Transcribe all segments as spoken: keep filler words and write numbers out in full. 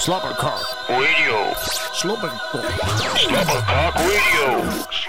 Slobberkok Radio. Slobberkok. Slobberkok Radio.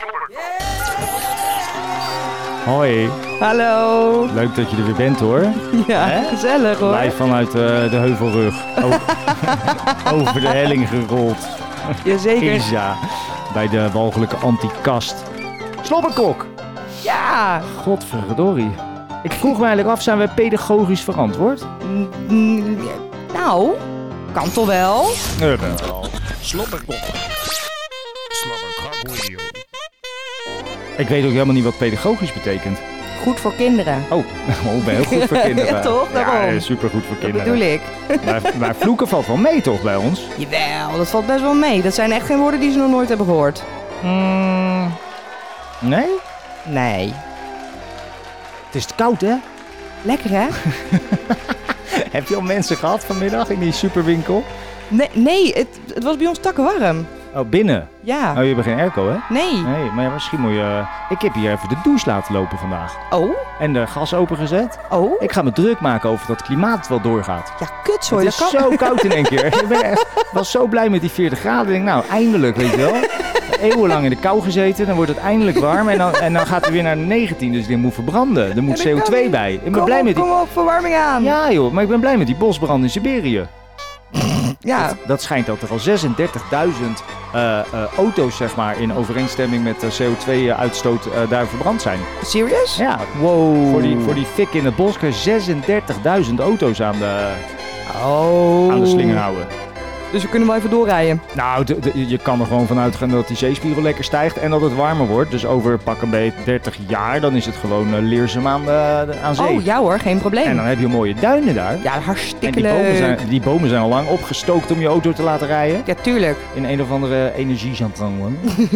Hoi. Hallo. Leuk dat je er weer bent hoor. Ja, Hè? gezellig hoor. Live vanuit uh, de Heuvelrug. Over, over de helling gerold. Jazeker. Isa. Bij de walgelijke antikast. Slobberkok. Ja. Godverdorie. Ik vroeg me eigenlijk af, zijn wij pedagogisch verantwoord? Mm, nou, kan toch wel? Nee, wel. Slobberkok. Slobberkok Radio. Ik weet ook helemaal niet wat pedagogisch betekent. Goed voor kinderen. Oh, oh ben heel goed voor kinderen. Ja, toch? Daarom. Ja, super goed voor kinderen. Dat bedoel ik. Maar, maar vloeken valt wel mee toch bij ons? Jawel, dat valt best wel mee. Dat zijn echt geen woorden die ze nog nooit hebben gehoord. Mm, nee? Nee. Het is te koud hè? Lekker hè? Heb je al mensen gehad vanmiddag in die superwinkel? Nee, nee het, het was bij ons takken warm. Oh, binnen? Ja. Oh, je hebt geen airco, hè? Nee. Nee, maar ja, misschien moet je... Ik heb hier even de douche laten lopen vandaag. Oh? En de gas opengezet. Oh? Ik ga me druk maken over dat het klimaat wel doorgaat. Ja, kutzooi. Het is dat kan. zo koud in één keer. Ik ben echt, was zo blij met die veertig graden. Ik denk, nou, eindelijk, weet je wel. Eeuwenlang in de kou gezeten, dan wordt het eindelijk warm. En dan, en dan gaat het weer naar de negentien, dus die moet verbranden. Er moet ja, C O twee bij. Ik ben kom blij op, met die... kom op, verwarming aan. Ja joh, maar ik ben blij met die bosbrand in Siberië. Ja. Dat, dat schijnt dat er al zesendertigduizend uh, uh, auto's, zeg maar, in overeenstemming met de C O twee uitstoot uh, daar verbrand zijn. Serious? Ja. Wow. Voor die, voor die fik in het bos kun je zesendertigduizend auto's aan de, oh. aan de slinger houden. Dus we kunnen wel even doorrijden. Nou, de, de, je kan er gewoon van uitgaan dat die zeespiegel lekker stijgt en dat het warmer wordt. Dus over pak een beetje dertig jaar, dan is het gewoon uh, leerzaam aan, de, de, aan zee. Oh, ja hoor, geen probleem. En dan heb je mooie duinen daar. Ja, hartstikke en die leuk. bomen, zijn, die bomen zijn al lang opgestookt om je auto te laten rijden. Ja, tuurlijk. In een of andere energiecentrale.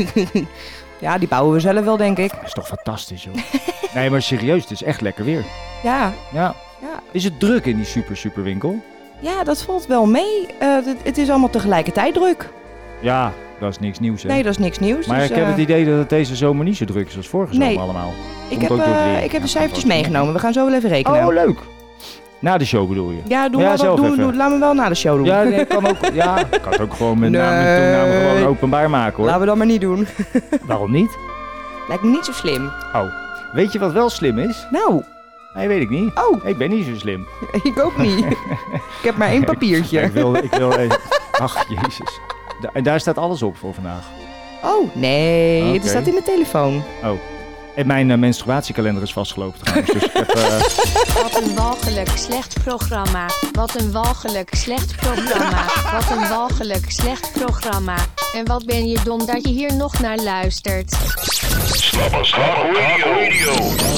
Ja, die bouwen we zelf wel, denk ik. Dat is toch fantastisch, joh. Nee, maar serieus, het is echt lekker weer. Ja. Ja. Ja. Is het druk in die super super winkel? Ja, dat valt wel mee. Uh, het, het is allemaal tegelijkertijd druk. Ja, dat is niks nieuws, hè? Nee, dat is niks nieuws. Maar dus, ik heb uh... het idee dat het deze zomer niet zo druk is als vorige nee. zomer allemaal. Ik heb, uh, ik heb de cijfertjes meegenomen. We gaan zo wel even rekenen. Oh, leuk. Na de show bedoel je? Ja, doe ja, maar wat, doe, doe, laat me wel na de show doen. Ja, nee, kan ook, ja, ik kan het ook gewoon met nee. naam en toename gewoon openbaar maken, hoor. Laten we dat maar niet doen. Waarom niet? Lijkt me niet zo slim. Oh, weet je wat wel slim is? Nou. Nee, weet ik niet. Oh. Ik ben niet zo slim. Ik ook niet. Ik heb maar één papiertje. ik wil, ik wil even... Ach, jezus. Da- en daar staat alles op voor vandaag. Oh, nee. Okay. Het staat in mijn telefoon. Oh. En mijn uh, menstruatiekalender is vastgelopen trouwens. Dus ik heb, uh... Wat een walgelijk slecht programma. Wat een walgelijk slecht programma. Wat een walgelijk slecht programma. En wat ben je dom dat je hier nog naar luistert. Slobberkok Radio.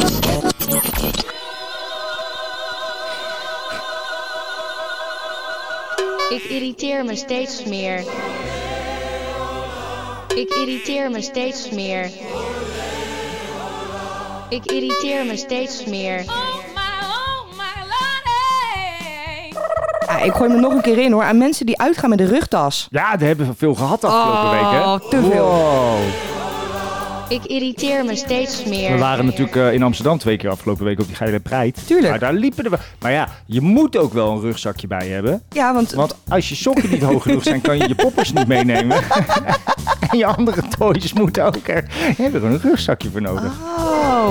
Ik irriteer me steeds meer. Ik irriteer me steeds meer. Ik irriteer me steeds meer. Ja, ik gooi me nog een keer in hoor. Aan mensen die uitgaan met de rugtas. Ja, daar hebben we veel gehad de afgelopen oh, week, hè? Oh, te veel. Wow. Ik irriteer me steeds meer. We waren natuurlijk uh, in Amsterdam twee keer afgelopen week op die geile Pride. Tuurlijk. Maar daar liepen we. Maar ja, je moet ook wel een rugzakje bij hebben. Ja, want... Want als je sokken niet hoog genoeg zijn, kan je je poppers niet meenemen. En je andere toys moeten ook er... Je hebt er gewoon een rugzakje voor nodig. Oh.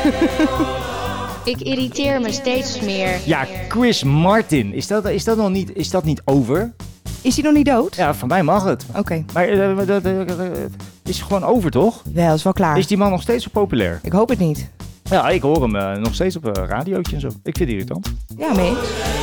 Ik irriteer me steeds meer. Ja, Chris Martin. Is dat, is dat nog niet, is dat niet over? Is hij nog niet dood? Ja, van mij mag het. Oké. Okay. Maar uh, dat uh, uh, is gewoon over, toch? Ja, dat is wel klaar. Is die man nog steeds zo populair? Ik hoop het niet. Ja, ik hoor hem uh, nog steeds op een uh, radiootje en zo. Ik vind het irritant. Ja, mee.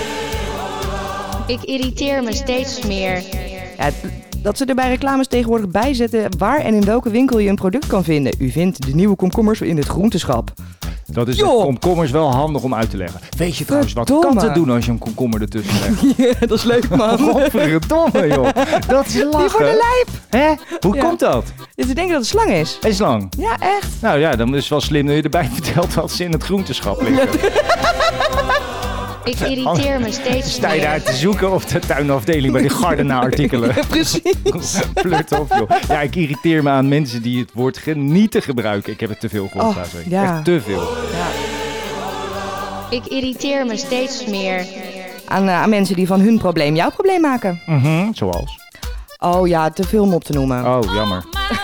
Ik irriteer me steeds meer. Ja, dat ze er bij reclames tegenwoordig bij zetten waar en in welke winkel je een product kan vinden. U vindt de nieuwe komkommers in het groenteschap. Dat is de komkommers wel handig om uit te leggen. Weet je trouwens wat katten doen als je een komkommer ertussen legt? Ja, dat is leuk, man. Godverdomme, joh. Dat is lachen. Die worden lijp. Hè? Hoe ja. komt dat? Ja, ze denken dat het slang is. Een slang? Ja, echt. Nou ja, dan is het wel slim dat je erbij vertelt wat ze in het groenteschap liggen. Ik irriteer me steeds meer. Sta je daar te zoeken op de tuinafdeling bij die Gardena-artikelen? Ja, precies. Flirt op, joh. Ja, ik irriteer me aan mensen die het woord genieten gebruiken. Ik heb het te veel gehoord, oh, ja. Echt te veel. Ja. Ik irriteer me steeds meer. Aan, uh, aan mensen die van hun probleem jouw probleem maken. Mm-hmm, zoals? Oh ja, te veel om op te noemen. Oh, jammer.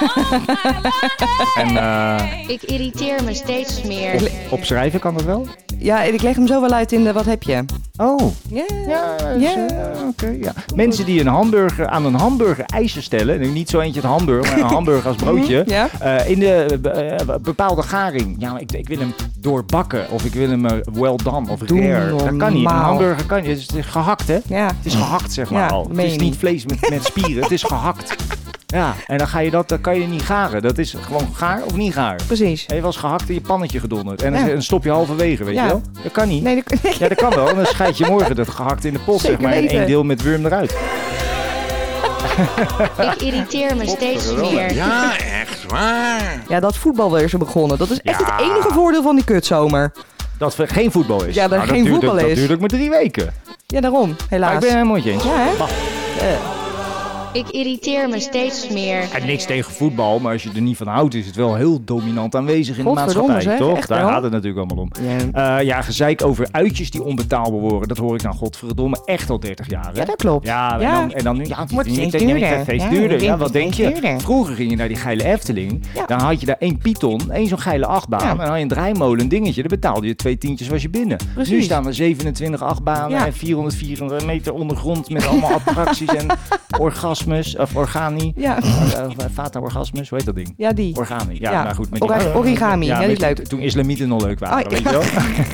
en, uh, Ik irriteer me steeds meer. op, opschrijven kan dat wel? Ja, ik leg hem zo wel uit in de wat heb je. Oh. Yeah. Ja, Ja. uh, oké. Okay, ja. Mensen die een hamburger aan een hamburger eisen stellen. Nu niet zo eentje het hamburger, maar een hamburger als broodje. Ja. Uh, in de uh, bepaalde garing. Ja, maar ik, ik wil hem doorbakken. Of ik wil hem uh, well done of Doe rare. Dat kan niet. Een normaal. hamburger kan niet. Het is gehakt, hè? Ja. Het is gehakt, zeg maar Ja, al. Het meen is je niet niet. vlees met, met spieren. Het is gehakt. Ja, en dan ga je dat, dan kan je niet garen. Dat is gewoon gaar of niet gaar. Precies. En je was gehakt in je pannetje gedonderd. En dan, Ja. dan stop je halverwege, weet Ja. je wel? Dat kan niet. Nee, dat, Ja, dat kan wel. Dan scheid je morgen dat gehakt in de pot, Zeker zeg maar. En weten. één deel met wurm eruit. Ik irriteer me steeds meer. Ja, echt waar. ja, dat voetbal weer is er begonnen. Dat is echt Ja. het enige voordeel van die kutzomer. Dat er geen voetbal is. Ja, dat er Nou, geen duurt, voetbal dat, is. Dat duurt ook maar drie weken. Ja, daarom. Helaas. Maar ik ben het helemaal met je eens. Ja, hè? Wacht. Ik irriteer me steeds meer. En niks tegen voetbal, maar als je er niet van houdt, is het wel heel dominant aanwezig in de Godverdomme, maatschappij, zeg, toch? echt Daar wel. gaat het natuurlijk allemaal om. Ja. Uh, ja, gezeik over uitjes die onbetaalbaar worden, dat hoor ik nou godverdomme echt al dertig jaar. Hè? Ja, dat klopt. Ja, en Ja. dan, en dan ja, het Wordt niet- steeds niet- niet- duurder. steeds Ja, duurder. het Ja, wordt wat denk steeds je? duurder. Vroeger ging je naar die geile Efteling, Ja. dan had je daar één Python, één zo'n geile achtbaan, Ja. en dan had je een draaimolen, een dingetje, dan betaalde je twee tientjes was je binnen. Precies. Nu staan er zevenentwintig achtbanen Ja. en vierhonderdvierentwintig meter ondergrond met allemaal attracties en orgasmes, of organi. Ja. Uh, Fata orgasmus, hoe heet dat ding? Ja, die. Organi, ja, Ja. nou goed. Met Ora- die, origami, ja, die is met- leuk. Toen islamieten nog leuk waren, Oh, weet ja. je wel.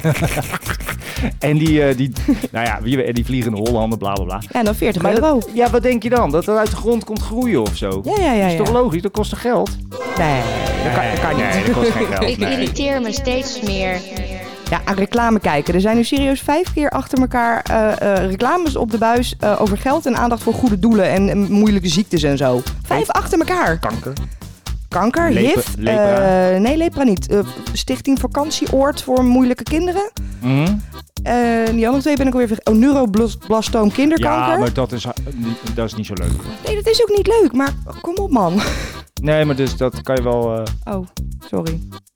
en die, uh, die, nou ja, wie, en die vliegende Hollanden, bla bla bla. Ja, en dan veertig Maar euro. dat- ja, wat denk je dan? Dat het uit de grond komt groeien of zo? Ja, ja, ja. Dat is toch ja. logisch? Dat kost toch geld? Nee. Dat kan, dat kan niet. Nee, dat kost geen geld. Ik Nee. irriteer me steeds meer. Ja, aan reclame kijken. Er zijn nu serieus vijf keer achter elkaar uh, uh, reclames op de buis uh, over geld en aandacht voor goede doelen en, en moeilijke ziektes en zo. Vijf achter elkaar. Kanker. Kanker, Lepra- H I V. lepra. uh, nee, lepra niet. Uh, Stichting Vakantieoord voor moeilijke kinderen. Mhm. Uh, die andere twee ben ik alweer vergeten. Oh, neuroblastoom kinderkanker. Ja, maar dat is, niet- dat is niet zo leuk. Nee, dat is ook niet leuk, maar kom op man. Nee, maar dus dat kan je wel... uh, Oh, sorry.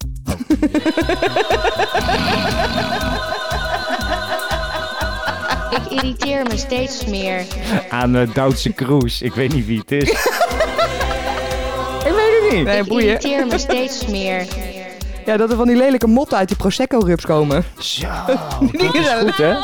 Ik irriteer me steeds meer. aan uh, Duitse Kroes. Ik weet niet wie het is. Ik weet het niet. Nee, Ik boeien. irriteer me steeds meer. Ja, dat er van die lelijke motten uit die Prosecco-rups komen. Zo, dat is zijn- goed, hè?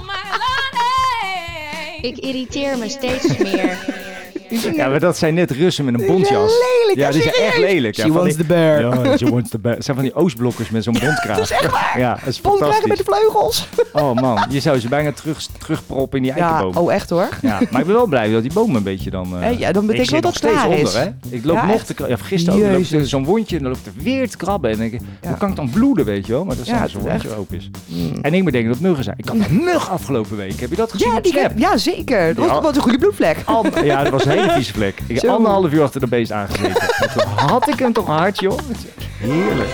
Ik irriteer me steeds meer. Ja, maar dat zijn net Russen met een Die zijn bontjas. lelijk, Ja, hè, die zijn echt serieus? lelijk. Ja, She van wants die- the bear. Ja, she wants the bear. Het zijn van die Oostblokkers met zo'n bontkraag. Dat is echt waar. Ja, dat is Bond krijgen met de fantastisch. vleugels. Oh man, je zou ze bijna terug, terugproppen in die Ja, eikenboom. oh echt hoor. Ja, maar ik ben wel blij dat die boom een beetje dan... Uh, Hé, ja, dan betekent ik zit wel nog dat het steeds klaar onder, is. hè? Ik loop Ja, nog echt. te krabben. Ja, gisteren ook, Jezus. loop ik zo'n wondje en dan loop ik er weer te krabben. En dan denk ik, Ja. hoe kan ik dan bloeden, weet je wel? Maar dat is Ja, dan zo'n het is wondje open is. En ik bedenk dat het muggen zijn. Ik had een mug afgelopen week. Heb je dat gezien Ja, op die, Snap? ja, zeker. Dat Ja. was, was een goede bloedvlek. Al- ja, dat was een hele vieze vlek. Ik heb Zo. anderhalf uur achter de beest aangezeten. Maar toen had ik hem toch hard, joh. Heerlijk.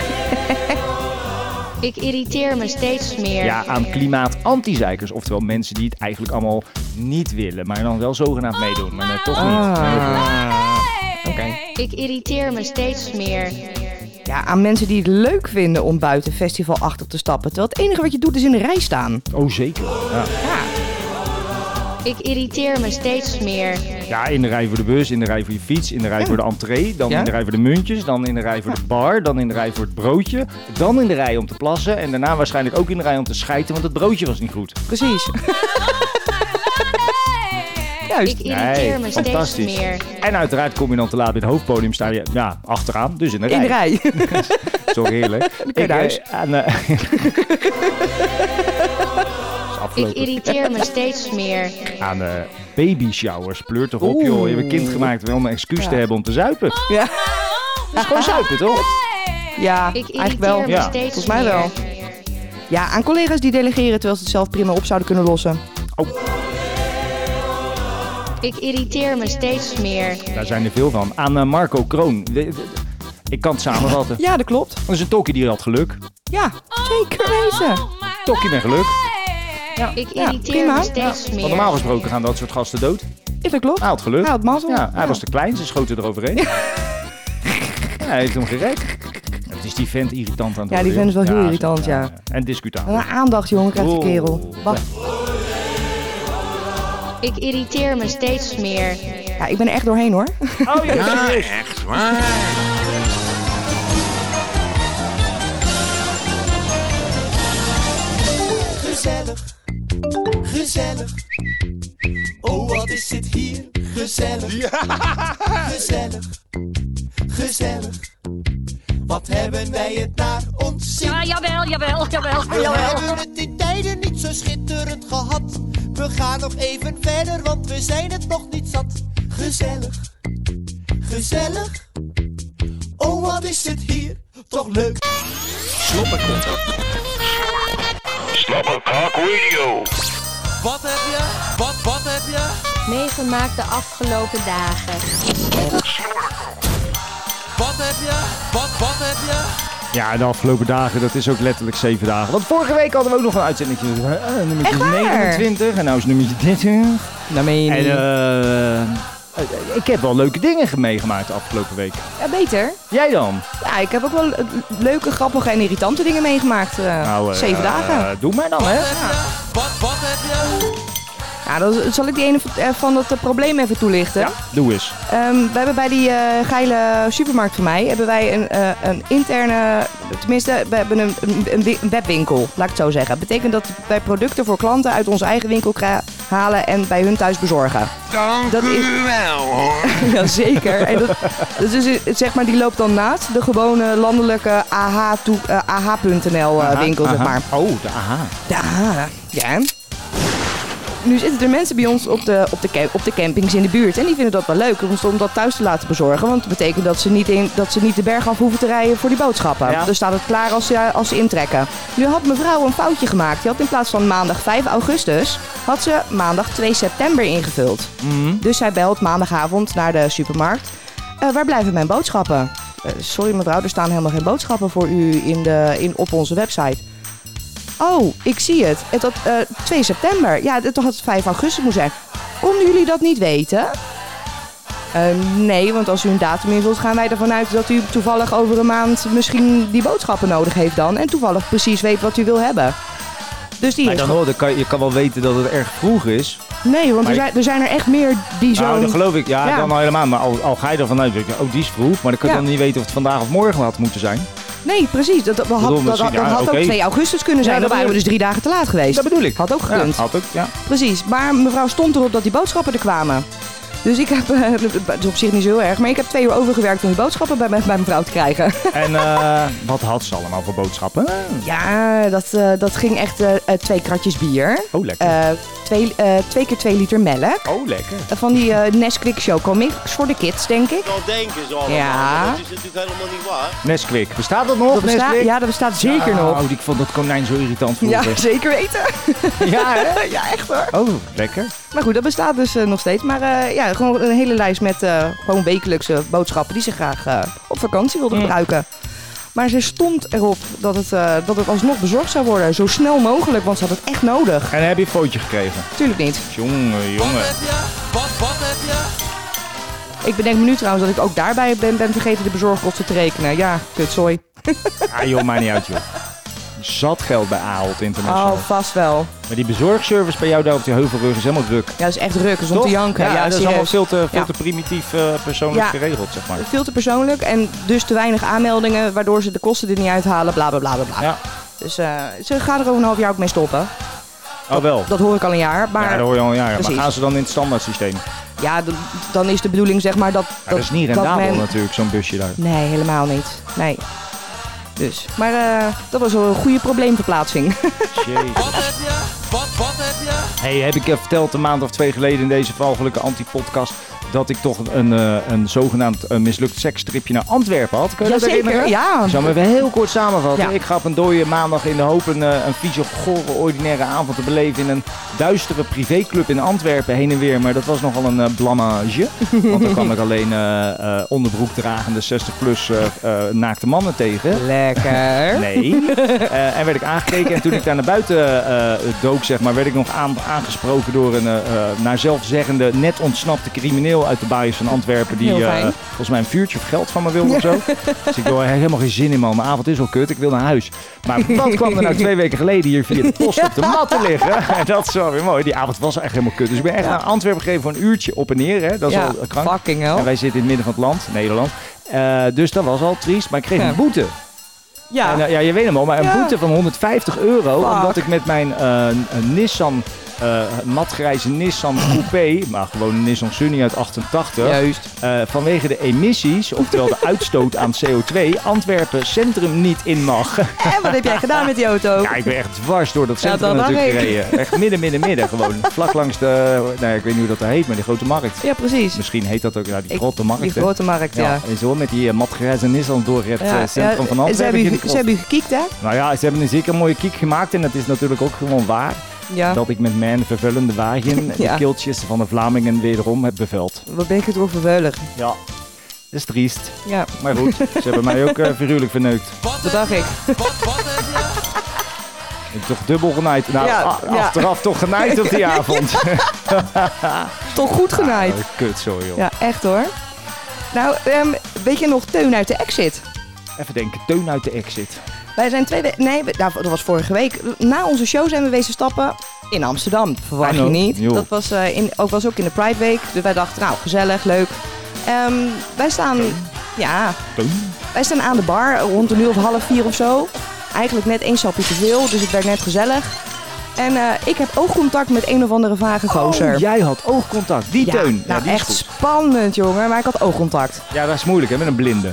Ik irriteer me steeds meer. Ja, aan klimaat-antizeikers. Oftewel mensen die het eigenlijk allemaal niet willen. Maar dan wel zogenaamd meedoen. Maar net toch niet. Ah. Oké. Ik irriteer me steeds meer. Ja, aan mensen die het leuk vinden om buiten festivalachtig te stappen. Terwijl het enige wat je doet is in de rij staan. Oh, zeker. Ja. Ik irriteer me steeds meer. Ja, in de rij voor de bus, in de rij voor je fiets, in de rij Ja. voor de entree, dan Ja. in de rij voor de muntjes, dan in de rij voor de bar, dan in de rij voor het broodje, dan in de rij om te plassen en daarna waarschijnlijk ook in de rij om te schijten, want het broodje was niet goed. Precies. Juist. Ik irriteer Nee, me steeds fantastisch. meer. En uiteraard kom je dan te laat bij het hoofdpodium, sta je ja, achteraan, dus in de rij. In de rij. Zo heerlijk. kun je Ik, naar eh, huis. aan, eh, is Ik afgelopen. irriteer me steeds meer. Aan de baby showers, pleurt toch op Oeh. joh. Je hebt een kind gemaakt om een excuus Ja. te hebben om te zuipen. Ja, Dat is gewoon zuipen toch? ja Ik eigenlijk irriteer wel. me Ja, steeds volgens mij meer. wel. Ja, aan collega's die delegeren terwijl ze het zelf prima op zouden kunnen lossen. Ik irriteer me steeds meer. Daar zijn er veel van. Aan eh, Marco Kroon. We- Ik kan het samenvatten. Ja, dat klopt. Dat is een tokkie die had geluk. Ja, zeker weten. Tokkie met geluk. Ik Ja, irriteer prima. me steeds Want meer. normaal gesproken gaan dat soort gasten dood. Ja, dat klopt. Hij had geluk. Hij had mazzel. Ja, hij Ja. was te klein. Ze schoten eroverheen. Ja. Hij heeft hem gered. Het is die vent irritant aan het Ja, die worden, vent is wel joh. heel irritant, ja. En discutabel. Wat een aandacht, jongen, krijgt die Oh. kerel. Wacht. Ik irriteer me steeds meer. Ja, ik ben er echt doorheen hoor. Oh ja, Ja, serieus. echt waar. Gezellig, gezellig. Oh, wat is het hier gezellig. Gezellig, gezellig. Wat hebben wij het naar ons zin. Ja, jawel, jawel, jawel, We jawel. hebben het in tijden niet zo schitterend gehad. We gaan nog even verder, want we zijn het nog niet zat. Gezellig, gezellig. Oh, wat is het hier toch leuk. Slobberkok Radio. Wat heb je? Wat, wat heb je? Meegemaakt de afgelopen dagen. Wat heb je? Wat, wat heb je? Ja, de afgelopen dagen, dat is ook letterlijk zeven dagen. Want vorige week hadden we ook nog een uitzending. Uh, nummertje Echt waar? negenentwintig en nou is nummertje dertig. Dat meen je En niet. uh, ik heb wel leuke dingen meegemaakt de afgelopen week. Ja, beter. Jij dan? Ja, ik heb ook wel eh, leuke, grappige en irritante dingen meegemaakt. eh, Nou, uh, zeven dagen. Uh, doe maar dan, hè. Wat heb je? Wat, wat heb je? Ja, dan zal ik die ene van- eh, van dat eh, probleem even toelichten. Ja, doe eens. Ehm, we hebben bij die eh, geile supermarkt van mij hebben wij een, eh, een interne, tenminste, we hebben een, een, een wi- een webwinkel, laat ik het zo zeggen. Dat betekent dat wij producten voor klanten uit onze eigen winkel kra- halen en bij hun thuis bezorgen. Dank Dat u is- wel, hoor. Jazeker. En dat, dat is, eh, zeg maar, die loopt dan naast de gewone landelijke A H toe- eh, A H punt N L eh, Aha, winkel, zeg aha. maar. Oh, de aha. De A H, ja. Nu zitten er mensen bij ons op de, op, de, ca- op de campings in de buurt. En die vinden dat wel leuk om, om dat thuis te laten bezorgen. Want dat betekent dat ze niet, in, dat ze niet de berg af hoeven te rijden voor die boodschappen. Ja. Dan staat het klaar als ze, als ze intrekken. Nu had mevrouw een foutje gemaakt. Die had in plaats van maandag vijf augustus, had ze maandag twee september ingevuld. Mhm. Dus zij belt maandagavond naar de supermarkt. Eh, waar blijven mijn boodschappen? Eh, sorry mevrouw, er staan helemaal geen boodschappen voor u in de, in, op onze website. Oh, ik zie het. Het had eh, twee september. Ja, het had het vijf augustus moeten zijn. Konden jullie dat niet weten? Eh, nee, want als u een datum invult, gaan wij ervan uit dat u toevallig over een maand misschien die boodschappen nodig heeft dan. En toevallig precies weet wat u wil hebben. Dus die Maar heeft dan hoor, dan kan, je kan wel weten dat het erg vroeg is. Nee, want Maar er zijn, er zijn er echt meer die zo... Nou, dat geloof ik. Ja, Ja. dan al helemaal. Maar al, al ga je ervan uit, oh, die is vroeg. Maar dan kan je Ja. dan niet weten of het vandaag of morgen had moeten zijn. Nee, precies. Dat, dat, had, bedoel, dat, dat, misschien- dat ja, had oké. ook twee augustus kunnen zijn. Ja, dan dat waren we bedoel dus drie dagen te laat geweest. Dat bedoel ik. Had ook gekund. Ja, had ook, ja. Precies. Maar mevrouw stond erop dat die boodschappen er kwamen. Dus ik heb, eh, dat is op zich niet zo heel erg, maar ik heb twee uur overgewerkt om die boodschappen bij, bij mevrouw te krijgen. En eh, wat had ze allemaal voor boodschappen? Ja, dat, eh, dat ging echt eh, eh, twee kratjes bier. Oh, lekker. eh, twee, eh, twee keer twee liter melk. oh, lekker. eh, van die eh, Nesquik Chocomix voor de kids, denk ik. Wel denken ze allemaal, Ja. maar dat is natuurlijk helemaal niet waar. Nesquik. Bestaat dat nog, Dat bestaat, Nesquik? ja, dat bestaat zeker Ja, nog. Oh, ik vond dat konijn zo irritant Ja, vroeger. zeker weten. Ja, hè? Ja, echt hoor. Oh, lekker. Maar goed, dat bestaat dus eh, nog steeds. Maar eh, ja, gewoon een hele lijst met eh, gewoon wekelijkse boodschappen die ze graag eh, op vakantie wilden Mm. gebruiken. Maar ze stond erop dat het, eh, dat het alsnog bezorgd zou worden. Zo snel mogelijk, want ze had het echt nodig. En heb je een fotootje gekregen? Tuurlijk niet. Jongen, Wat jongen. heb je? Wat, wat heb je? Ik bedenk me nu trouwens dat ik ook daarbij ben, ben vergeten de bezorgkosten te rekenen. Ja, kutzooi. Ah joh, maakt niet uit joh. Zat geld bij Ahold International. Oh, vast wel. Maar die bezorgservice bij jou daar op die heuvelrug is helemaal druk. Ja, dat is echt druk. Dat is om te Toch? janken. Ja, Ja, dat is allemaal serieus. veel te, veel Ja. te primitief eh, persoonlijk Ja. geregeld, zeg maar. Veel te persoonlijk en dus te weinig aanmeldingen, waardoor ze de kosten er niet uithalen, bla bla bla bla. bla. Ja. Dus eh, ze gaan er over een half jaar ook mee stoppen. Oh wel. Dat hoor ik al een jaar. Maar ja, dat hoor je al een jaar. Maar Precies. gaan ze dan in het standaard systeem? ja, d- dan is de bedoeling zeg maar dat... Ja, dat is niet rendabel men- natuurlijk, zo'n busje daar. Nee, helemaal niet. Nee. Dus, maar eh, dat was wel een goede probleemverplaatsing. Jezus. Wat heb je? Wat, wat heb je? Hey, heb ik je verteld een maand of twee geleden in deze walgelijke anti-podcast dat ik toch een, eh, een zogenaamd eh, mislukt sekstripje naar Antwerpen had? Kun je dat Jazeker, herinneren? ja. Ik zal hem even heel kort samenvatten. Ja. Ik ga op een dode maandag in de hoop een, eh, een vieze, gore, ordinaire avond te beleven in een duistere privéclub in Antwerpen heen en weer. Maar dat was nogal een uh, blamage. Want dan kwam ik alleen uh, uh, onderbroek dragende zestig plus uh, uh, naakte mannen tegen. Lekker. Nee. Uh, en werd ik aangekeken en toen ik daar naar buiten uh, dook, zeg maar, werd ik nog aan, aangesproken door een uh, naar zelfzeggende, net ontsnapte crimineel mail uit de baaiers van Antwerpen die Heel uh, fijn. volgens mij een vuurtje of geld van me wilde of zo. Dus ik wil helemaal geen zin in, man. Mijn avond is al kut, ik wil naar huis. Maar wat kwam er nou twee weken geleden hier via de post op de mat te liggen? En dat is wel weer mooi. Die avond was echt helemaal kut. Dus ik ben echt Ja. naar Antwerpen gegeven voor een uurtje op en neer. Hè. Dat is Ja, al krank. fucking hell. En wij zitten in het midden van het land, Nederland. Uh, dus dat was al triest. Maar ik kreeg Ja. een boete. Ja. En, uh, ja, je weet hem al, maar een Ja. boete van honderdvijftig euro. Fuck. Omdat ik met mijn uh, een Nissan, uh, matgrijze Nissan Coupé, maar gewoon een Nissan Sunny uit achtentachtig. Juist. Uh, vanwege de emissies, oftewel de uitstoot aan C O twee, Antwerpen centrum niet in mag. En wat heb jij gedaan met die auto? Ja, ik ben echt dwars door dat Ja, centrum dat natuurlijk dacht ik. gereden. Echt midden, midden, midden gewoon. Vlak langs de, nou, ik weet niet hoe dat heet, maar die grote markt. Ja, precies. Misschien heet dat ook, ja, die Ik- grote markt. Die hè. grote markt, ja. Ja, en zo met die uh, matgrijze Nissan door het uh, centrum van ze Antwerpen. hebben, in u, de ze hebben u gekiekt, hè? Nou ja, ze hebben een zeker mooie kiek gemaakt en dat is natuurlijk ook gewoon waar. Ja. Dat ik met mijn vervullende wagen Ja. de keeltjes van de Vlamingen wederom heb beveld. Wat ben ik het door vervuilig. Ja, dat is triest. Ja, Maar goed, ze hebben mij ook uh, figuurlijk verneukt. dat dacht ik. Ik heb toch dubbel genaaid. Nou, Ja, a- ja. achteraf toch genaaid op die avond. Toch goed genaaid. Ah, kut, sorry joh. Ja, echt hoor. Nou, ehm, weet je nog Teun uit de Exit? Even denken, Teun uit de Exit. Wij zijn twee weken... Nee, we- nou, dat was vorige week. Na onze show zijn we wezen stappen in Amsterdam. Verwacht I je know, niet. joh. Dat was, eh, in, ook, was ook in de Pride Week. Dus wij dachten, nou, gezellig, leuk. Ehm, wij staan... Ja, Teun? wij staan aan de bar rond een uur of half vier of zo. Eigenlijk net één sapje te veel, dus het werd net gezellig. En eh, ik heb oogcontact met een of andere vage gozer. Oh, jij had oogcontact. Die Ja, Teun. nou ja, die is echt goed. spannend, jongen. Maar ik had oogcontact. Ja, dat is moeilijk hè, met een blinde.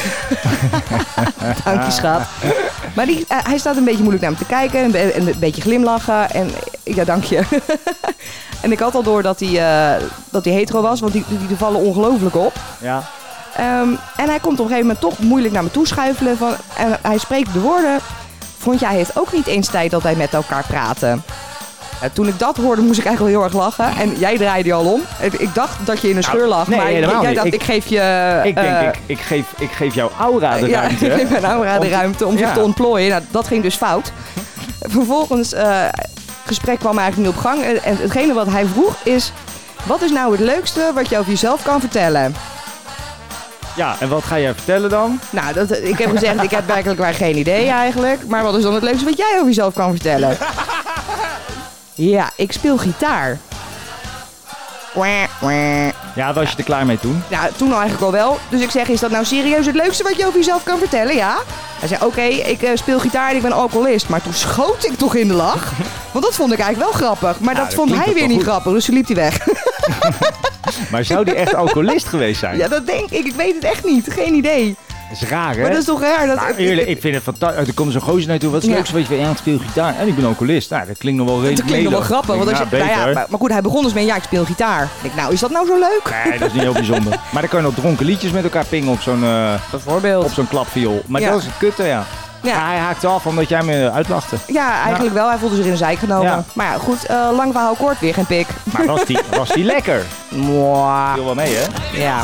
Dank je, schat. Maar die, eh, hij staat een beetje moeilijk naar me te kijken. Een, be- een beetje glimlachen. En eh, ja, dank je. En ik had al door dat hij, eh, dat hij hetero was. Want die, die, die vallen ongelooflijk op. Ja. Ehm, en hij komt op een gegeven moment toch moeilijk naar me toe schuifelen. Van, en hij spreekt de woorden. Vond jij het ook niet eens tijd dat wij met elkaar praten? Ja, toen ik dat hoorde, moest ik eigenlijk wel heel erg lachen. En jij draaide je al om. Ik dacht dat je in een scheur lag. nee, maar helemaal jij niet. dacht, ik, Ik- geef je... Ik denk, eh, ik, ik, geef, ik geef jouw aura de ja, ruimte. ik geef mijn aura de Om te- ruimte om zich ja. te ontplooien. Nou, dat ging dus fout. Vervolgens, eh gesprek kwam eigenlijk niet op gang. En en hetgene wat hij vroeg is... Wat is nou het leukste wat je over jezelf kan vertellen? Ja, en wat ga jij vertellen dan? Nou, dat, ik heb gezegd, ik heb werkelijk waar geen idee eigenlijk. Maar wat is dan het leukste wat jij over jezelf kan vertellen? Ja, ik speel gitaar. Wah, wah. Ja, was je er klaar mee toen? Ja, toen al eigenlijk al wel. Dus ik zeg, is dat nou serieus het leukste wat je over jezelf kan vertellen? Ja. Hij zei, oké, ik eh, speel gitaar en ik ben alcoholist. Maar toen schoot ik toch in de lach. Want dat vond ik eigenlijk wel grappig. Maar Ja, dat dat vond klinkt hij ook weer wel niet goed. grappig. Dus toen liep hij weg. Maar zou die echt alcoholist geweest zijn? Ja, dat denk ik. Ik weet het echt niet. Geen idee. Dat is raar, hè? Maar dat is toch raar? Dat, Maar eerlijk, ik vind het fantastisch. Er komt zo'n gozer naartoe. Wat is het Ja. leukste wat je weet? Ja, ik speel gitaar. En ik ben alcoholist. Nou, dat klinkt nog wel redelijk dat klinkt nog wel melig. grappig. Want als je, Ja, nou ja, beter. maar, maar goed, hij begon dus met, ja, ik speel gitaar. Ik denk, nou, is dat nou zo leuk? Nee, dat is niet heel bijzonder. Maar dan kan je nog dronken liedjes met elkaar pingen op zo'n uh, Bijvoorbeeld. op zo'n klapviool. Maar Ja. dat is het kutte, ja. Ja. Maar hij haakte af omdat jij me uitlachte. Ja, eigenlijk wel. Hij voelde zich in de zijk genomen. Ja. Maar ja, goed, eh, lang verhaal kort, weer geen pik. Maar was die, was die lekker? Mwah. Viel wel mee, hè? Ja.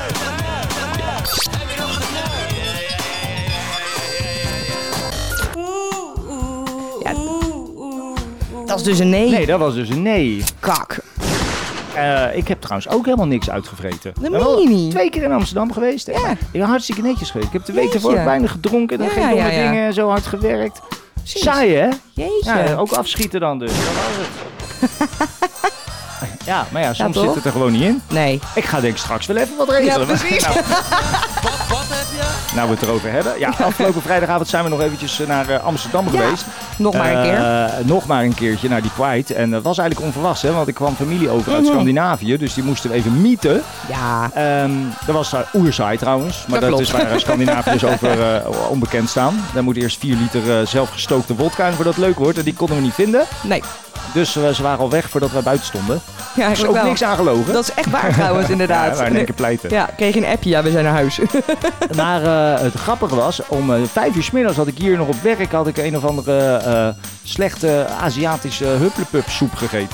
Ja. Dat is dus een nee. Nee, dat was dus een nee. Kak. Uh, ik heb trouwens ook helemaal niks uitgevreten. Dat Ben meen wel je niet. Twee keer in Amsterdam geweest. Ja. Ik ben hartstikke netjes geweest. Ik heb de week Jeetje. ervoor weinig gedronken. Dan Ja, geen ja, domme ja, ja. dingen. Zo hard gewerkt. Precies. Saai, hè? Jeetje. Ja, ook afschieten dan dus. Dat was het. Ja, maar ja, soms toch? zit het er gewoon niet in. Nee. Ik ga denk ik straks wel even wat regelen. Ja, precies. Nou, nou we het erover hebben. Ja, afgelopen vrijdagavond zijn we nog eventjes eh, naar eh, Amsterdam Ja, geweest. nog maar een keer. Eh, nog maar een keertje naar die Pride. En dat was eigenlijk onverwachts, hè, want ik kwam familie over uit Mhm. Scandinavië. Dus die moesten we even mieten. Ja. Ehm, dat was uh, oerzaai trouwens. Maar Dat dat, klopt. is waar Scandinaviërs over uh, onbekend staan. Daar moet eerst vier liter uh, zelfgestookte wodka in voordat het leuk wordt. En die konden we niet vinden. Nee. Dus uh, ze waren al weg voordat we buiten stonden. Ja, Er is eigenlijk ook wel. niks aan gelogen. Dat is echt waar trouwens, inderdaad. Ja, we waren in één keer pleiten. Ja, kreeg je een appje. Ja, we zijn naar huis. Maar uh, het grappige was, om uh, vijf uur 's middags had ik hier nog op werk had ik een of andere uh, slechte Aziatische hupplepup soep gegeten.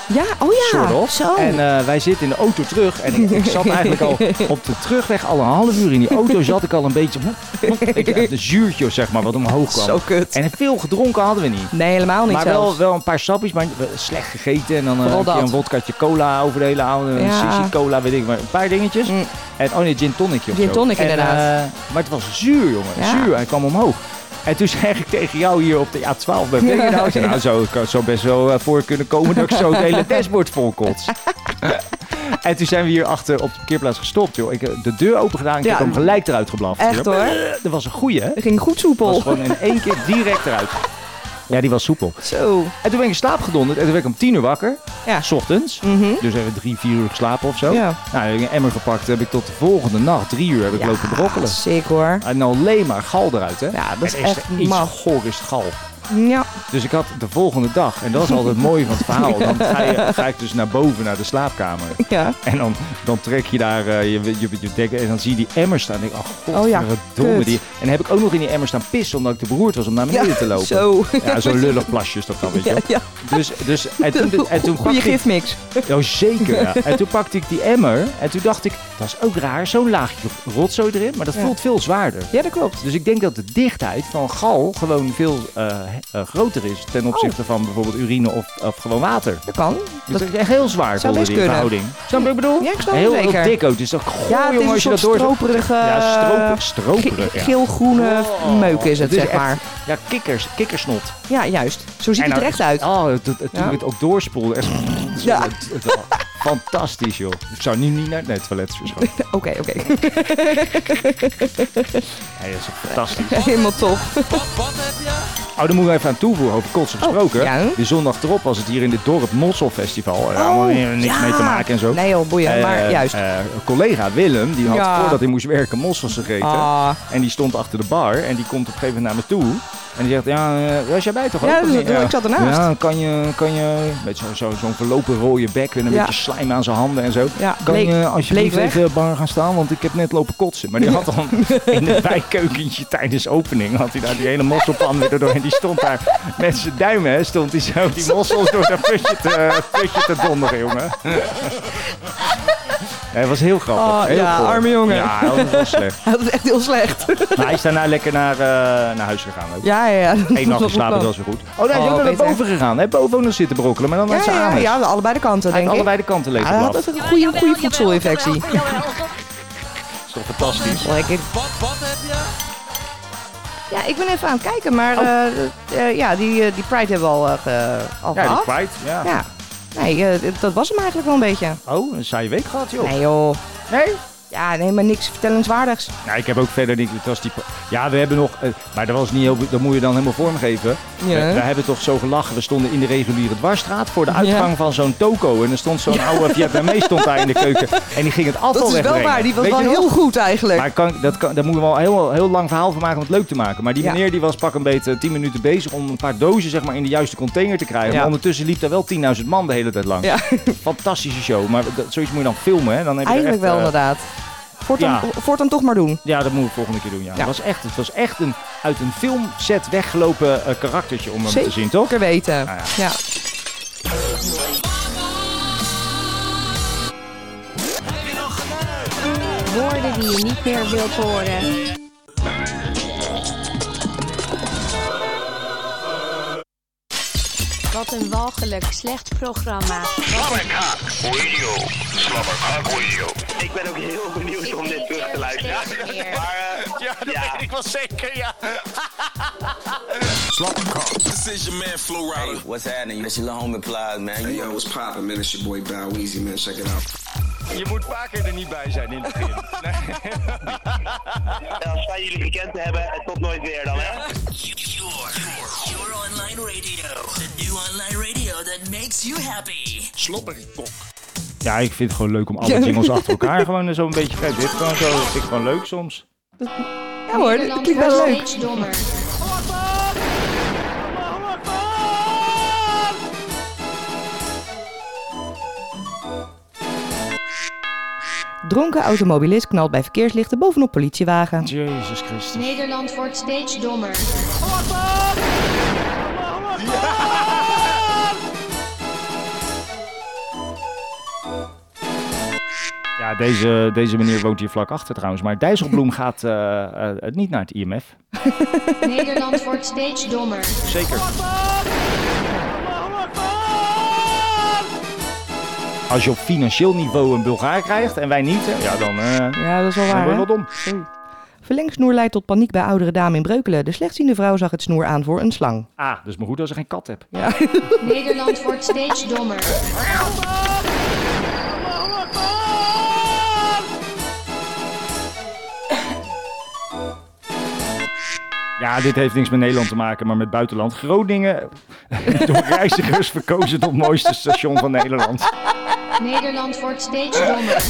Ja, oh ja. Sort of. Zo. En uh, wij zitten in de auto terug. En ik, ik zat eigenlijk al op de terugweg, al een half uur in die auto, zat ik al een beetje... Ik had een zuurtje, zeg maar, wat omhoog kwam. Zo kut. En veel gedronken hadden we niet. Nee, helemaal niet Maar zelfs. wel, wel een paar sapjes, maar slecht gegeten. En dan uh, een, een wodkaatje cola over de hele oude. Een Ja. sissie cola, weet ik maar. Een paar dingetjes. Mm. En oh nee, gin tonicje of Gin zo. tonic, en, inderdaad. Uh, maar het was zuur, jongen. Ja. Zuur. Hij kwam omhoog. En toen zeg ik tegen jou hier op de A twaalf bij Veenenhuis. Nou, zo kan het zo best wel uh, voor kunnen komen dat ik zo het hele dashboard vol kots. En toen zijn we hier achter op de parkeerplaats gestopt, joh. Ik heb de deur open gedaan en ik Ja. heb hem gelijk eruit geblaft. Echt hoor. Dat was een goeie, hè? Het ging goed Dat soepel. was gewoon in één keer direct eruit. Ja, die was soepel. Zo. En toen ben ik in slaap gedonderd en toen werd ik om tien uur wakker. Ja. 's Ochtends. Mm-hmm. Dus even drie, vier uur geslapen of zo. Ja. Nou, heb ik een emmer gepakt, heb ik tot de volgende nacht, drie uur, heb ik Ja, lopen brokkelen. sick hoor. En alleen maar gal eruit, hè? Ja, dat is En echt iets maf. goor is het gal. Ja. Dus ik had de volgende dag, en dat is altijd het mooie van het verhaal, dan ga, je, ga ik dus naar boven, naar de slaapkamer. Ja. En dan, dan trek je daar uh, je, je, je dek en dan zie je die emmer staan. En ik, oh god, Oh ja, domme kut. die. En dan heb ik ook nog in die emmer staan pissen, omdat ik te beroerd was om naar beneden Ja, te lopen. zo. Ja, zo'n lullig plasje is dat dan, weet je Ja, wel. ja. Dus, dus, en toen, en toen Goeie pakte ik... gifmix. Oh, zeker, ja. En toen pakte ik die emmer en toen dacht ik, dat is ook raar, zo'n laagje rotzooi erin, maar dat Ja. voelt veel zwaarder. Ja, dat klopt. Dus ik denk dat de dichtheid van gal gewoon veel uh, uh, groter is ten opzichte van bijvoorbeeld urine of, of gewoon water. Dat kan. Dus Dat dat is echt heel zwaar zou voelde best die kunnen. verhouding. Snap je wat ik bedoel? Ja, ik snap heel, het heel zeker. dik ook. Het is toch goh, Ja, het jongen, is als je een dat soort door... stroperige, Ja, stroper, stroperig, ja. geel-groene Oh, meuk is het, het is zeg echt- maar. Ja, kikkers, kikkersnot. Ja, juist. Zo ziet En het er nou, echt uit. Oh, het- het- toen Ja. ik het ook doorspoelde. Echt, Ja. het- het- het- fantastisch, joh. Ik zou nu niet naar nee, het toilet verschoten. Oké, oké. Nee, dat is toch fantastisch. Helemaal top. Oh, daar moet ik even aan toevoegen, over kotsen gesproken. Oh, ja. De zondag erop was het hier in dit dorp Mosselfestival. Er allemaal niks ja. mee te maken en zo. Nee joh, boeien. Eh, maar juist. eh, een collega Willem, die had Ja. voordat hij moest werken mossels gegeten. Ah. En die stond achter de bar en die komt op een gegeven moment naar me toe. En die zegt, ja, uh, was jij bij toch ook? Ja, of dat- niet? dat- ik zat ernaast. Ja, kan je, kan je met zo'n zo, zo'n verlopen rode bek en een Ja. beetje slijm aan zijn handen en zo. Ja, Kan bleek- je alsjeblieft bleek weg. even bar gaan staan, want ik heb net lopen kotsen. Maar die had dan in het bijkeukentje tijdens opening, had hij daar die hele mosselpan weer door. En die stond daar met zijn duimen, hè, stond hij zo die mossels door dat putje te, putje te donderen, jongen. Ja, het was heel grappig. Oh, heel ja, goor. arme jongen. Ja, dat was wel slecht. Dat is echt heel slecht. Maar hij is daarna lekker naar, uh, naar huis gegaan. Ook. Ja, ja, ja. Eén nacht geslapen, dat was weer goed. Oh nee, hij is Oh, ook naar beter. boven gegaan. Hè? Boven ook nog zitten brokkelen, maar dan Ja, uit zijn ja, anus. ja, allebei de kanten, Hij denk heeft ik. allebei de kanten leeg Ja, hij had geblast. een goede, goede voedselinfectie. Dat is toch fantastisch. Lekker. Ja, ik ben even aan het kijken, maar Oh. eh, eh, ja, die, eh, die Pride hebben we al, eh, ge- al Ja, die gehad. Pride, ja. Ja. Nee, eh, dat was hem eigenlijk wel een beetje. Oh, een saaie week gehad, joh. Nee joh. Nee? Ja, nee, maar niks vertellenswaardigs. Nou, ik heb ook verder niet. Het was die, ja, we hebben nog. Uh, maar dat was niet heel. Dat moet je dan helemaal vormgeven. Ja. We, we hebben toch zo gelachen. We stonden in de reguliere dwarsstraat voor de uitgang Ja. van zo'n toko. En er stond zo'n oude Vietnamees stond daar in de keuken. En die ging het afval Dat is wel wegbrengen. waar, die was Weet wel je nog? heel goed eigenlijk. Maar kan, dat kan, daar moeten we wel een heel, heel lang verhaal van maken om het leuk te maken. Maar die Ja. meneer die was pak een beetje tien minuten bezig om een paar dozen zeg maar, in de juiste container te krijgen. Ja. Maar ondertussen liep daar wel tienduizend man de hele tijd lang. Ja. Fantastische show. Maar dat, zoiets moet je dan filmen. Hè? Dan heb je er Eigenlijk echt, wel eh, inderdaad. Voortaan, ja. voortaan toch maar doen. Ja, dat moeten we volgende keer doen. Ja. Ja. Het, was echt, het was echt een uit een filmset weggelopen uh, karaktertje om hem Zeker te zien, toch? weten. Nou ja. Ja. Woorden die je niet meer wilt horen. Wat een walgelijk slecht programma. Slobberkok Radio. Slobberkok Radio. Ik ben ook heel benieuwd om dit terug te luisteren. Steeds meer. Maar uh, ja, dat Ja. weet ik wel zeker, ja. This is your man Flo Rida. Hey, what's happening? This your little homie Plies, man. Hey yo, what's poppin', man? It's your boy Bow Weezy, man. Check it out. Je moet vaker er niet bij zijn in het begin. Nee. Als wij jullie gekend hebben, het tot nooit weer dan, hè? Your, your online radio. The new online radio that makes you happy. Slobberkok. Ja, ik vind het gewoon leuk om alle jingles achter elkaar gewoon zo een beetje... Kijk, dit gewoon zo, dat vind ik gewoon leuk soms. Ja hoor, dat Nederland klinkt wel wordt leuk. steeds dommer. Dronken automobilist knalt bij verkeerslichten bovenop politiewagen. Jezus Christus. Nederland wordt steeds dommer. Ja, deze, deze meneer woont hier vlak achter trouwens. Maar Dijsselbloem gaat uh, uh, niet naar het I M F. Nederland wordt steeds dommer. Zeker. Als je op financieel niveau een Bulgaar krijgt en wij niet, ja, dan, uh, ja, dat is wel waar, dan word je wel dom. Zo. Verlengsnoer leidt tot paniek bij oudere dame in Breukelen. De slechtziende vrouw zag het snoer aan voor een slang. Ah, dus maar goed als je geen kat hebt. Ja. Nederland wordt steeds dommer. Ja, dit heeft niks met Nederland te maken, maar met buitenland. Groningen, door reizigers verkozen tot mooiste station van Nederland. Nederland wordt steeds dommer.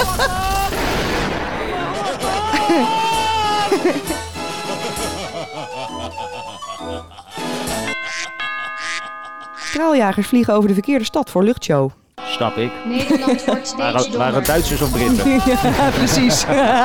Straaljagers vliegen over de verkeerde stad voor luchtshow. Snap ik. Nederland wordt steeds waren, dommer. waren het Duitsers of Britten? Ja, precies.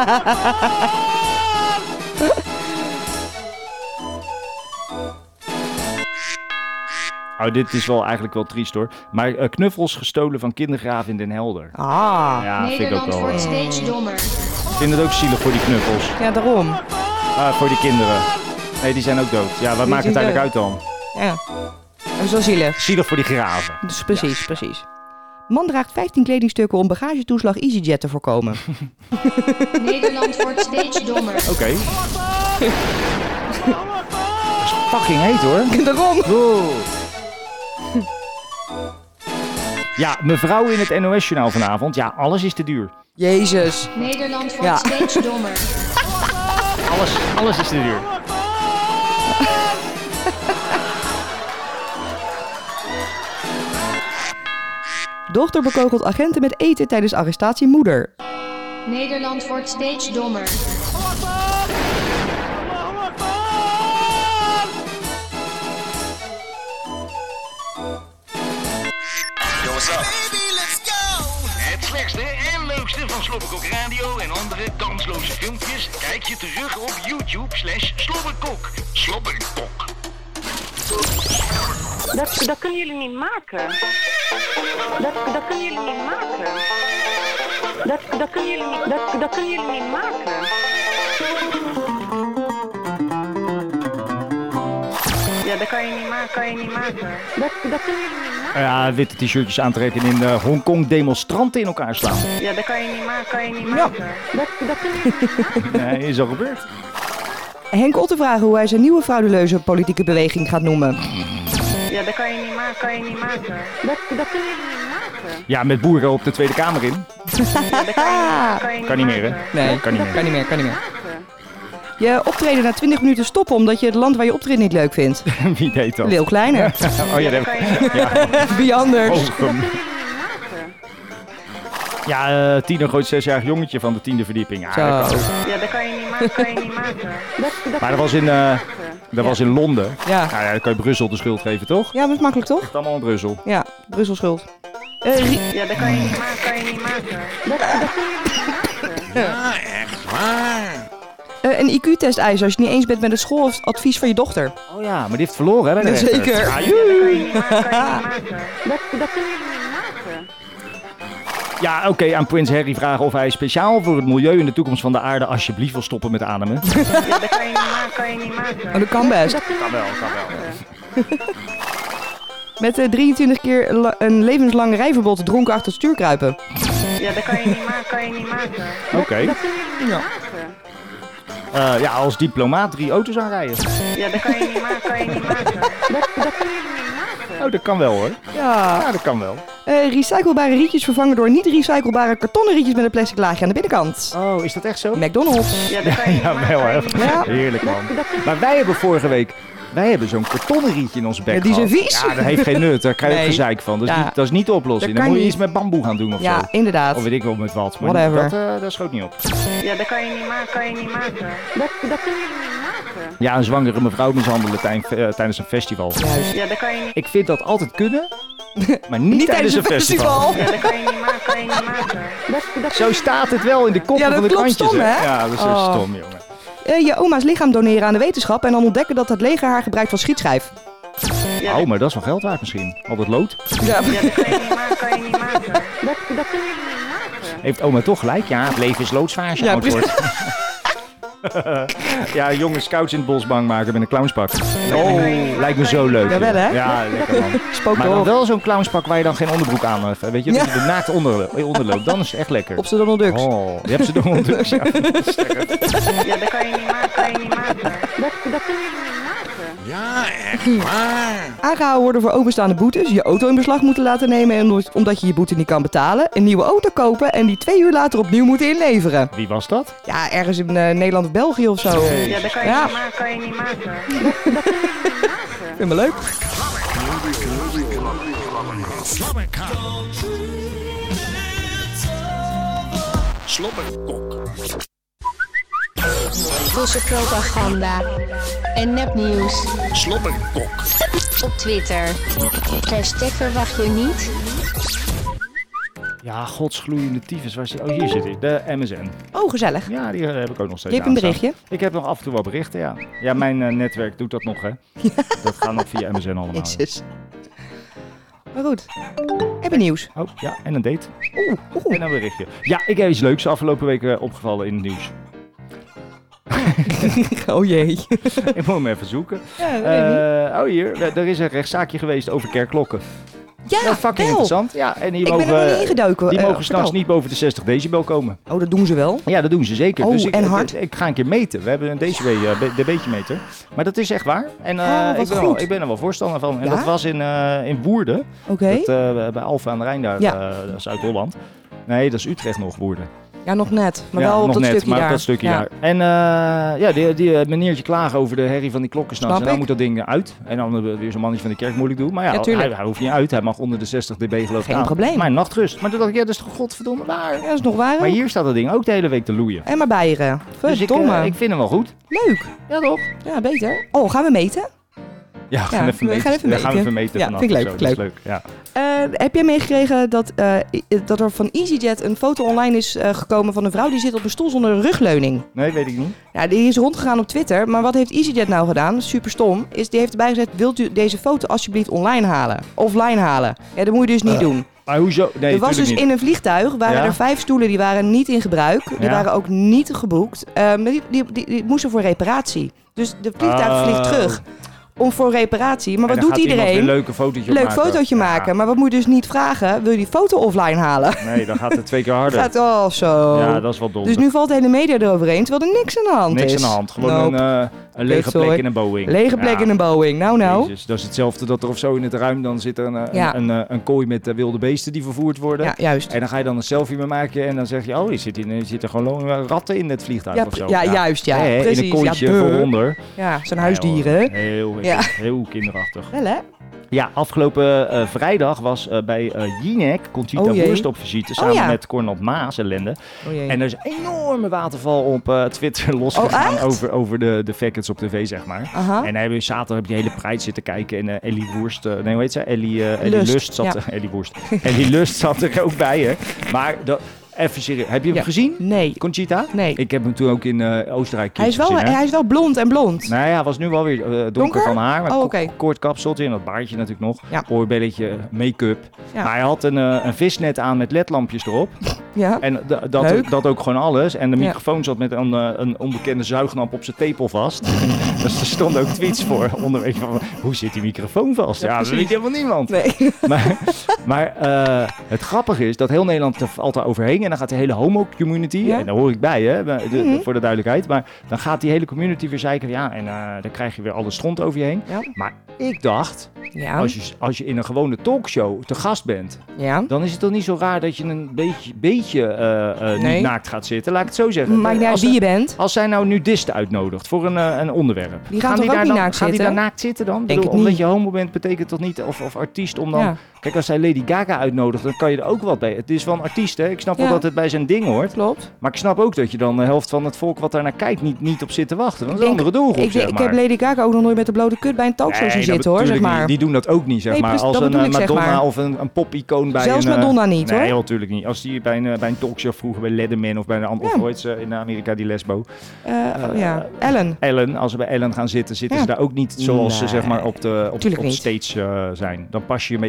Oh, dit is wel eigenlijk wel triest hoor. Maar uh, knuffels gestolen van kindergraven in Den Helder. Ah. Ja, vind ik ook Nederland wel. wordt Uh, steeds dommer. ik vind het ook zielig voor die knuffels. Ja, daarom. Ah, voor die kinderen. Nee, die zijn ook dood. Ja, wat maakt het eigenlijk uit dan? Ja. Dat is wel zielig. Zielig voor die graven. Dus precies, ja. precies. Man draagt vijftien kledingstukken om bagagetoeslag EasyJet te voorkomen. Nederland wordt steeds dommer. Oké. Okay. Dat is fucking heet hoor. Daarom. Oh. Ja, mevrouw in het N O S-journaal vanavond. Ja, alles is te duur. Jezus. Nederland wordt ja. steeds dommer. Alles, alles is te duur. Dochter bekogelt agenten met eten tijdens arrestatie moeder. Nederland wordt steeds dommer. Yo, what's up? Baby, let's go! Het slechtste en leukste van Slobberkok Radio en andere kansloze filmpjes kijk je terug op YouTube slash Slobberkok. Slobberkok. Dat, dat kunnen jullie niet maken. Dat, dat kunnen jullie niet maken. Dat, dat kunnen jullie niet, dat, dat kunnen jullie niet maken. Ja, dat kan je niet maken, kan je niet maken. Dat, dat kunnen jullie niet maken. Ja, witte t-shirtjes aantrekken en in uh, Hongkong demonstranten in elkaar slaan. Ja, dat kan je niet maken, kan je niet maken. Ja. Dat, dat kunnen jullie niet maken. Nee, is al gebeurd. Henk Otte vragen hoe hij zijn nieuwe frauduleuze politieke beweging gaat noemen. Ja, dat kan je niet maken, kan je niet maken. Dat, dat kunnen jullie niet maken. Ja, met boeren op de Tweede Kamer in. Ja, dat kan je niet maken, kan je niet Kan niet meer, hè? Nee, nee kan, niet meer. kan niet meer, kan niet meer. Je optreden na twintig minuten stoppen omdat je het land waar je optreedt niet leuk vindt. Wie deed dat? Leel Kleiner. Oh ja, dat kan je niet ja. Wie anders? Oh, um. Ja, uh, Tino gooit zesjarig jongetje van de tiende verdieping. Ja, dat kan ja, dat kan je niet maken, kan je niet maken. Dat, dat maar dat was in, uh, dat ja. was in Londen. Ja. Nou ja, dan kan je Brussel de schuld geven, toch? Ja, dat is makkelijk, toch? Het is allemaal in Brussel. Ja, Brussel schuld. Uh, ja, dat kan je niet maken, kan je niet maken. Dat, dat kun je niet maken. Ja, echt waar. Uh, een I Q-test eisen als je het niet eens bent met het schooladvies van je dochter. Oh ja, maar die heeft verloren, hè? Bij de Zeker. Ja, ja, dat kan je niet maken, kan je niet maken. Dat, dat kun je niet maken. Ja, oké, okay, aan Prins Harry vragen of hij speciaal voor het milieu en de toekomst van de aarde alsjeblieft wil stoppen met ademen. Ja, dat kan je niet maken, kan je niet maken. Oh, dat kan best. Dat, dat kan wel, kan wel. Met uh, drieëntwintig keer la- een levenslang rijverbod dronken achter het stuur kruipen. Ja, dat kan je niet maken, kan je niet maken. Oké. Okay. Dat kun je niet ja. maken. Uh, ja, als diplomaat drie auto's aanrijden. Ja, dat kan je niet maken, kan je niet maken. Dat, dat kun je niet maken. Oh, dat kan wel hoor. Ja, ja dat kan wel. Uh, recyclebare rietjes vervangen door niet recyclebare kartonnen rietjes met een plastic laagje aan de binnenkant. Oh, is dat echt zo? McDonald's. Ja, dat kan je niet ja, maken, wel hè. Ja. Heerlijk man. Dat, dat maar wij hebben vorige week... Wij hebben zo'n kartonnen rietje in onze bek ja, die zijn gehad. vies. Ja, dat heeft geen nut. Daar krijg je nee. ook gezeik van. Dat is, ja. niet, dat is niet de oplossing. Dan moet je niet. iets met bamboe gaan doen of ja, zo. Ja, inderdaad. Of weet ik wel met wat. Maar whatever. Dat, uh, dat schoot niet op. Ja, dat kan je niet maken, kan je niet maken. Dat, dat kun je niet maken. Ja, een zwangere mevrouw mishandelen tijdens, uh, tijdens een festival. Juist. Ja, dat kan je niet. Ik vind dat altijd kunnen, maar niet, niet tijdens, tijdens een festival. festival. Ja, dat kan je niet maken, kan je niet maken. Dat, dat zo staat het wel in de koppen ja, van de krantjes. Stom, hè? Ja, dat is zo oh. stom, jongen. Uh, je oma's lichaam doneren aan de wetenschap en dan ontdekken dat het leger haar gebruikt van schietschijf. Ja, oh, maar dat is wel geld waard misschien. Al dat lood. Ja, ja dat kan je niet maken, kan je niet maken. Dat, dat kun je niet maken. Heeft oma toch gelijk? Ja, het leven is loodzwaar als je Ja, oud wordt. Ja, jonge scouts in het bos bang maken met een clownspak. Oh, lijkt me zo leuk. Ja, wel, hè? Ja, lekker man. Spook Maar dan erop. wel zo'n clownspak waar je dan geen onderbroek aan hebt. Weet je, dat Ja. je de naakt onder, onderloopt. Dan is het echt lekker. Op z'n Donald Ducks. Oh, je hebt ze Donald Ducks. Ja. Ja, dat kan je niet maken, kan je niet maken. Dat, dat kunnen jullie niet maken. Ja, echt waar. Aangehouden worden voor openstaande boetes, je auto in beslag moeten laten nemen en omdat je je boete niet kan betalen, een nieuwe auto kopen en die twee uur later opnieuw moeten inleveren. Wie was dat? Ja, ergens in uh, Nederland of België of zo. Ja, dat kan je Ja. niet maken, kan je niet maken. Dat, dat kunnen jullie niet maken. Vind me leuk. Slobberkok. Tussen propaganda en nepnieuws. Slobberkok. Op Twitter. Hashtag verwacht je niet. Ja, godsgloeiende tyfus. Waar zit... Oh, hier zit hij. De M S N. Oh, gezellig. Ja, die heb ik ook nog steeds Je hebt een aanstaan. berichtje? Ik heb nog af en toe wel berichten, ja. Ja, mijn uh, netwerk doet dat nog, hè. Dat gaat nog via M S N allemaal. Jezus. Maar goed. Heb je nieuws? Oh, ja, en een date. Oeh, oeh. En een berichtje. Ja, ik heb iets leuks afgelopen weken opgevallen in het nieuws. Oh jee. Ik moet hem even zoeken. Ja, dat weet ik niet. Uh, oh, hier. Er is een rechtszaakje geweest over kerkklokken. Ja, dat is fucking wel. interessant. Ja, en die Ik mogen, ben er nog niet ingedoken. Die Uh, mogen s'nachts vertel. niet boven de zestig decibel komen. Oh, dat doen ze wel. Ja, dat doen ze zeker. Oh, dus ik, en hard? Ik, ik ga een keer meten. We hebben een decibel, uh, be- de beetjemeter. Maar dat is echt waar. En uh, Oh, wat ik, ben goed. wel, ik ben er wel voorstander van. En Ja? dat was in, uh, in Woerden. Oké. Dat, uh, bij Alphen aan de Rijn daar, Ja. uh, Zuid-Holland. Nee, dat is Utrecht nog, Woerden. Ja, nog net. Maar ja, wel op nog dat net, stukje maar daar. op dat stukje ja. daar. En uh, ja, die, die uh, meneertje klagen over de herrie van die klokken s'nachts. Snap En dan ik. moet dat ding eruit. En dan uh, weer zo'n mannetje van de kerk moeilijk doen. Maar ja, Ja, tuurlijk. hij, hij hoeft niet uit. Hij mag onder de zestig decibel geloof ik Geen aan. probleem. Maar nachtrust. Maar toen dacht ik, ja, dat is toch godverdomme waar. Ja, dat is nog waar Maar ook. hier staat dat ding ook de hele week te loeien. En maar bijeren. Dus ik, Verdomme. uh, ik vind hem wel goed. Leuk. Ja, toch? Ja, beter. Oh, gaan we meten? Ja, we gaan Ja, even we meten. gaan even Dan gaan we meten. even meten Ja, vanaf vind ik of leuk, zo. vind ik Dat is leuk. Ja. Uh, heb jij meegekregen dat, uh, i- dat er van EasyJet een foto online is uh, gekomen van een vrouw die zit op een stoel zonder een rugleuning? Nee, weet ik niet. Ja, die is rondgegaan op Twitter. Maar wat heeft EasyJet nou gedaan? Super stom. Is die heeft erbij gezet: wilt u deze foto alsjeblieft online halen? Offline halen? Ja, dat moet je dus niet Uh, doen. Maar hoezo? Nee, er was dus tuurlijk in niet. een vliegtuig waren Ja? er vijf stoelen die waren niet in gebruik. Die Ja? waren ook niet geboekt. Uh, maar die, die, die, die moesten voor reparatie. Dus de vliegtuig Oh. vliegt terug om voor reparatie. Maar En wat dan doet gaat iemand iedereen? weer een leuke fotootje Leuk maken. fotootje Ja. maken. Maar wat moet je dus niet vragen? Wil je die foto offline halen? Nee, dan gaat het twee keer harder. Gaat oh zo. Ja, dat is wel dom. Dus nu valt de hele media eroverheen, terwijl er niks aan de hand Niks is. aan de hand. Gewoon Nope. een, uh, een lege Kutzooi. plek in een Boeing. Lege plek Ja. in een Boeing. Nou, nou. Jezus, dat is hetzelfde dat er of zo in het ruim dan zit er een, uh, Ja. een, een, uh, een kooi met uh, wilde beesten die vervoerd worden. Ja, juist. En dan ga je dan een selfie mee maken en dan zeg je, oh, er zitten, er zitten gewoon uh, ratten in het vliegtuig Ja, of zo. ja, juist, ja. Hè, hè, Precies. in een kooitje Ja, duh. voor honden. Ja, zijn huisdieren. hè? Heel, heel, Ja. heel kinderachtig. Wel, hè? Ja, afgelopen uh, vrijdag was uh, bij uh, Jinek Conchita Oh, jee. Wurst op visite samen Oh, ja. met Cornel Maas ellende. Oh, jee. En er is een enorme waterval op uh, Twitter losgegaan Oh, echt? over, over de, de facts op tv, zeg maar. Aha. En dan hebben we zaterdag heb je de hele prijs zitten kijken en uh, Ellie Woerst, uh, nee hoe heet ze? Ellie, uh, Ellie Lust, Lust, zat, ja. uh, Ellie Woerst. Ellie Lust zat er ook bij, hè. Maar dat, even serieus, heb je hem Ja. gezien? Nee. Conchita? Nee. Ik heb hem toen ook in uh, Oostenrijk Hij is, wel, gezien, hè. hij is wel blond en blond. Nee, hij was nu wel weer uh, donker, Donker? van haar. Maar Oh, ko- oké. kort kapseltje en dat baardje natuurlijk nog. Ja. Oorbelletje, make-up. Ja. Maar hij had een, uh, een visnet aan met ledlampjes erop. Ja. En d- dat, Leuk. dat ook gewoon alles. En de Ja. microfoon zat met een, uh, een onbekende zuignap op zijn tepel vast. Dus er stonden ook tweets voor. Onder, weet je, van, hoe zit die microfoon vast? Ja, Ja, dat precies. weet helemaal niemand. Nee. Maar, maar uh, het grappige is dat heel Nederland er valt daar overheen. En dan gaat de hele homo-community, Ja. en daar hoor ik bij, hè, de, de, Mhm. voor de duidelijkheid. Maar dan gaat die hele community weer zeiken. Ja, en uh, dan krijg je weer alle stront over je heen. Ja. Maar ik dacht, Ja. als je, als je in een gewone talkshow te gast bent, Ja. dan is het toch niet zo raar dat je een beetje, beetje uh, uh, Nee. niet naakt gaat zitten. Laat ik het zo zeggen. Maakt niet uit Als- wie je bent. Als zij nou nudisten uitnodigt voor een, uh, een onderwerp. Die gaan toch ook daar niet dan, naakt gaan die zitten? daar naakt zitten dan? Ik Denk bedoel, het omdat niet. je homo bent, betekent toch niet, of, of artiest, om dan... Ja. Kijk, als zij Lady Gaga uitnodigt, dan kan je er ook wat bij. Het is wel een artiest, hè. Ik snap wel Ja. dat het bij zijn ding hoort. Klopt. Maar ik snap ook dat je dan de helft van het volk wat daar naar kijkt niet, niet op zit te wachten. Dat is een denk- andere doelgroep, Ik, zeg ik maar. heb Lady Gaga ook nog nooit met de blote kut bij een talkshow zien Nee, dat zitten, hoor, zeg bedoel ik maar. niet. Die doen dat ook niet, zeg Nee, maar. precies, Als dat een bedoel uh, ik, zeg Madonna maar. of een, een pop-icoon bij Zelfs een... uh, Madonna niet, nee, hoor. natuurlijk niet. Als die bij een, uh, bij een talkshow vroeger bij Letterman of bij een andere... Ja. Of hoe heet ze in Amerika, die lesbo. Eh, oh, ja. Ellen. Ellen, als ze bij Ellen gaan zitten, zitten Ja. ze daar ook niet zoals ze Nee, zeg maar op de, op, tuurlijk op niet. stage uh, zijn. Dan pas je je een beetje aan. Dus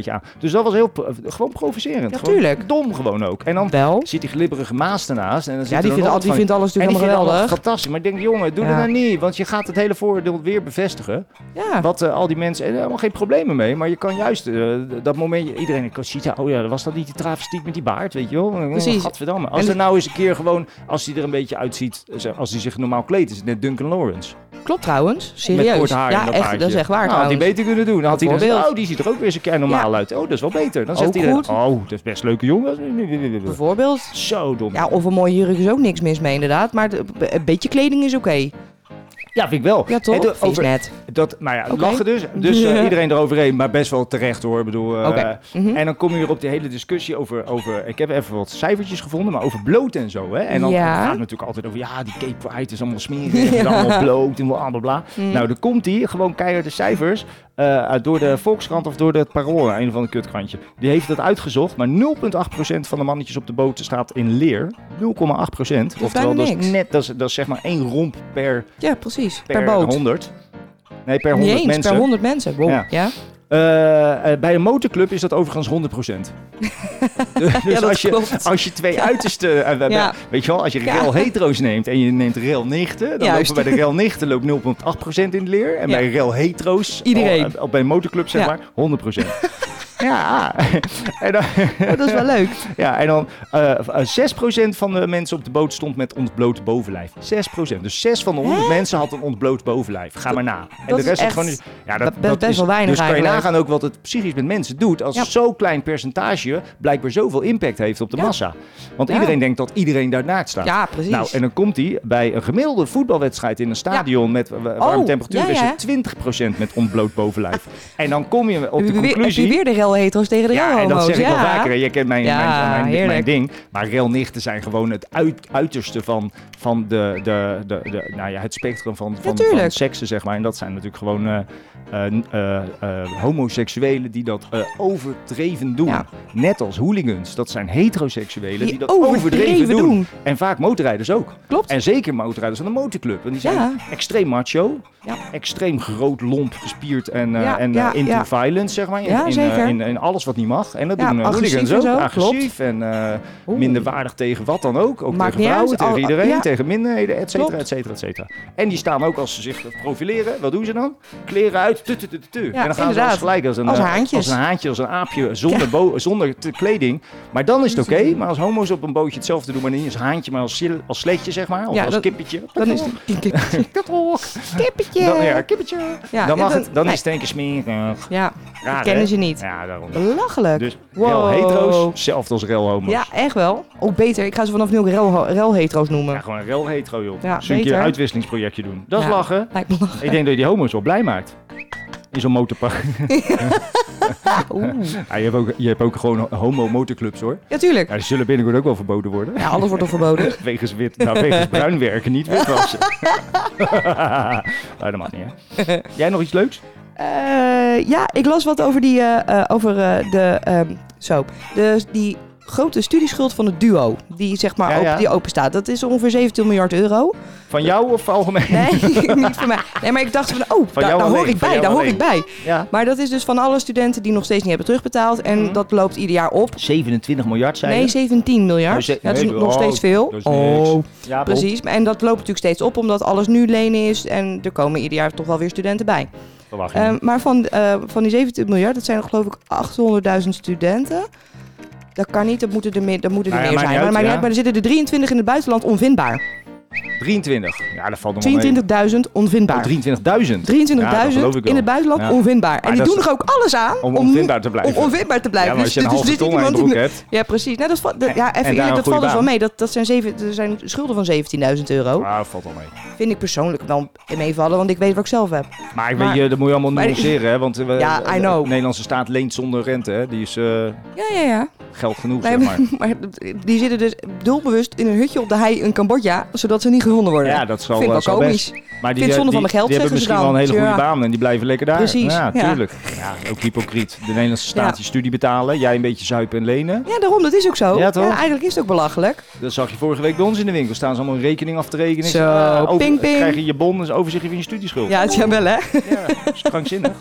Dus dat was heel pro- gewoon provocerend. Ja, Gewoon tuurlijk. dom gewoon ook. En dan Wel. zit die glibberige Maas ernaast. En dan zit Ja, er die dan vindt, al, nog die van- vindt alles en natuurlijk die helemaal vindt geweldig. allemaal fantastisch. Maar ik denk, jongen, doe Ja. dat nou niet. Want je gaat het hele voordeel weer bevestigen. Ja. Wat uh, al die mensen, en helemaal geen problemen mee. Maar je kan juist uh, dat moment, iedereen ziet, oh ja, was dat niet die travestiek met die baard, weet je wel? Precies. Gadverdamme. Als En er de- nou eens een keer gewoon, als hij er een beetje uitziet, als hij zich normaal kleedt, is het net Duncan Lawrence. Klopt trouwens, Met serieus. kort haar en Ja, dat echt, baardje. dat is echt waar Nou, had hij trouwens. beter kunnen doen. Dan had hij dus, Bijvoorbeeld. oh, die ziet er ook weer eens een keer normaal Ja. uit. Oh, dat is wel beter. Dan zegt Ook iedereen, goed. oh, dat is best een leuke jongen. Bijvoorbeeld. Zo dom. Ja, of een mooie jurk is ook niks mis mee inderdaad. Maar de- een beetje kleding is oké. Ja, vind ik wel. Ja, toch? En de- Vind je net. Dat, maar ja, Oké. lachen dus. Dus uh, iedereen eroverheen, maar best wel terecht hoor. Ik bedoel, uh, Oké. Mhm. En dan kom je weer op die hele discussie over, over... Ik heb even wat cijfertjes gevonden, maar over bloot en zo. Hè? En dan Ja. gaat het natuurlijk altijd over... Ja, die Cape Pride is allemaal smerig en allemaal bloot en bla bla bla. Mm. Nou, dan komt die, gewoon keiharde cijfers... Uh, door de Volkskrant of door het Parool, een of ander kutkrantje. Die heeft dat uitgezocht, maar nul komma acht procent van de mannetjes op de boot staat in leer. nul komma acht procent. is Oftewel, bijna dat is niks. net, dat is, dat is zeg maar één romp per, Ja, precies. Per, per boot. honderd. Nee, per Niet honderd eens, mensen. per honderd mensen. Wow. Ja. Ja. Uh, uh, bij een motorclub is dat overigens honderd procent. dus Ja, dat als, je, klopt. als je twee uiterste... Uh, uh, Ja. Weet je wel, als je Ja. rel hetero's neemt en je neemt rel nichten... dan Juist. lopen bij de rel nichten loopt nul komma acht procent in de leer. En Ja. bij rel hetero's, Iedereen. Al, al bij een motorclub zeg Ja. maar, honderd procent. Ja, en dan, Oh, dat is wel leuk. ja, en dan uh, zes procent van de mensen op de boot stond met ontbloot bovenlijf. zes procent. Dus zes van de honderd mensen had een ontbloot bovenlijf. Ga maar na. En dat de is rest echt gewoon. Ja, dat, be- dat best is, wel weinig Dus kan je eigenlijk. nagaan ook wat het psychisch met mensen doet. Als Ja. zo'n klein percentage blijkbaar zoveel impact heeft op de Ja. massa. Want Ja. iedereen denkt dat iedereen daar naakt staat. Ja, precies. Nou, en dan komt hij bij een gemiddelde voetbalwedstrijd in een stadion met wa- warme Oh, temperatuur. ja, Is ja. er twintig procent met ontbloot bovenlijf. En dan kom je op de Heb je weer- conclusie. Heb je weer de rel hetero's tegen de rel Ja, en dat homo's? zeg ik wel Ja. vaker. hè. Je kent mijn, Ja, mijn, mijn, mijn, heerlijk. ding. Maar relnichten zijn gewoon het uit, uiterste van, van de, de, de, de, nou ja, het spectrum van, van, tuurlijk. van seksen, zeg maar. En dat zijn natuurlijk gewoon uh, uh, uh, uh, homoseksuelen die dat uh, overdreven doen. Ja. Net als hooligans. Dat zijn heteroseksuelen die, Die dat overdreven overdreven doen. doen. En vaak motorrijders ook. Klopt. En zeker motorrijders van de motorclub. Want die zijn Ja. extreem macho. Ja. Extreem groot, lomp, gespierd en, uh, Ja, en uh, ja, into ja. violence, zeg maar. In, Ja, in, uh, zeker. in, in alles wat niet mag. En dat Ja, doen uh, agressief hooligans en ook. zo, Agressief en uh, Oeh. minderwaardig tegen wat dan ook. Ook Maakt tegen niet vrouwen, uit. tegen Al- iedereen, ja. tegen minderheden, et cetera, Klopt. et cetera, et cetera. En die staan ook als ze zich profileren. Wat doen ze dan? Kleren uit. Tu, tu, tu, tu, tu. Ja, en dan gaan ze inderdaad. als gelijk als een, Als uh, haantjes. als een haantje, als een aapje, zonder, bo- zonder te- kleding. Maar dan is het oké. Maar als homo's op een bootje hetzelfde doen, maar niet als haantje, maar als, sil- als sletje, zeg maar. Of Ja, als dat- kippetje. Dan is het een kippetje. Kippetje. Dan, ja, kippetje. Ja, dan mag dan- het, dan nee. is het een keer smerig. Ja, Raar, dat kennen hè? ze niet. Ja, daarom. Belachelijk. Dus Wow. rel hetero's, hetzelfde als rel homo's. Ja, echt wel. Ook beter. Ik ga ze vanaf nu ook rel, rel hetero's noemen. Ja, gewoon een rel hetero, joh. Ja, Dus een keer beter. een uitwisselingsprojectje doen. Dat is Ja, lachen. lijkt me lachen. Ik denk dat je die homo's wel blij maakt. In zo'n motorpark. Oeh. Ja, je, hebt ook, je hebt ook gewoon homo-motorclubs, hoor. Ja, tuurlijk. Ja, die zullen binnenkort ook wel verboden worden. Ja, alles wordt er verboden. Wegens, wit, nou, wegens bruin werken, niet witwassen. Nou, dat mag niet, hè. Jij nog iets leuks? Eh, ja, ik las wat over die, eh, eh, over eh, de, ehm, zo, de, die grote studieschuld van het duo. Die zeg maar Ja, ja. Open, die open staat. Dat is ongeveer zeventien miljard euro. Van jou of algemeen? Nee, niet van mij. Nee, maar ik dacht van, oh, Van da- jou daar hoor alleen, ik van bij, jou daar hoor alleen. ik bij. Ja. Maar dat is dus van alle studenten die nog steeds niet hebben terugbetaald. En Mhm. dat loopt ieder jaar op. zevenentwintig miljard, zei je? Nee, zeventien miljard. Oh, ze- dat is nee, nog oh, steeds veel. dat is niks. Oh, Ja, precies. En dat loopt natuurlijk steeds op, omdat alles nu lenen is. En er komen ieder jaar toch wel weer studenten bij. Verwacht je Um, niet. maar van, uh, van die zeventien miljard, dat zijn er geloof ik achthonderdduizend studenten. Dat kan niet, dat moeten er meer, dat moeten er Nou ja, meer maakt zijn. niet Maar, uit, maar, ja. maar er zitten er drieëntwintig in het buitenland onvindbaar. drieëntwintig. Ja, dat valt nog wel mee. drieëntwintigduizend onvindbaar. Oh, drieëntwintigduizend. drieëntwintigduizend Ja, dat geloof ik wel. in het buitenland Ja. onvindbaar. En Maar die dat doen is- er ook alles aan Om onvindbaar te blijven. Om onvindbaar te blijven. Ja, maar als je Dus- een dus halve er zit ton aan je iemand broek in- hebt. Ja, precies. Nou, dat, va- de- ja, en even daar eerlijk, een dat goede valt dus wel baan. mee. Dat, dat zijn, zeven, er zijn schulden van zeventienduizend euro. Ah, valt al mee. Vind ik persoonlijk wel meevallen, want ik weet wat ik zelf heb. Maar, ik Maar- weet je, dat moet je allemaal maar- nuanceren, hè? Want we, Ja, I know. de Nederlandse staat leent zonder rente, hè? Die is uh, Ja, ja, ja. geld genoeg, Nee, zeg maar. maar die zitten dus doelbewust in een hutje op de hei in Cambodja, zodat ze niet gevonden worden. Ja, dat is wel, Vind ik uh, wel zal komisch. best. Maar Vind het zonde van mijn geld, die hebben zeggen ze misschien wel een dan. hele goede Ja. baan en die blijven lekker daar. Precies, Ja, ja. tuurlijk. Ja, ook hypocriet. De Nederlandse staat Ja. die studie betalen, jij een beetje zuipen en lenen. Ja, daarom, dat is ook zo. Ja, toch? eigenlijk is het ook belachelijk. Dat zag je vorige week bij ons in de winkel. Staan ze allemaal een rekening af te rekenen. Ik Zo, zeg, ah, over- ping, ping. krijg je je bon, een overzichtje van je studieschuld. Ja, het is wel hè? Ja, dat is krankzinnig.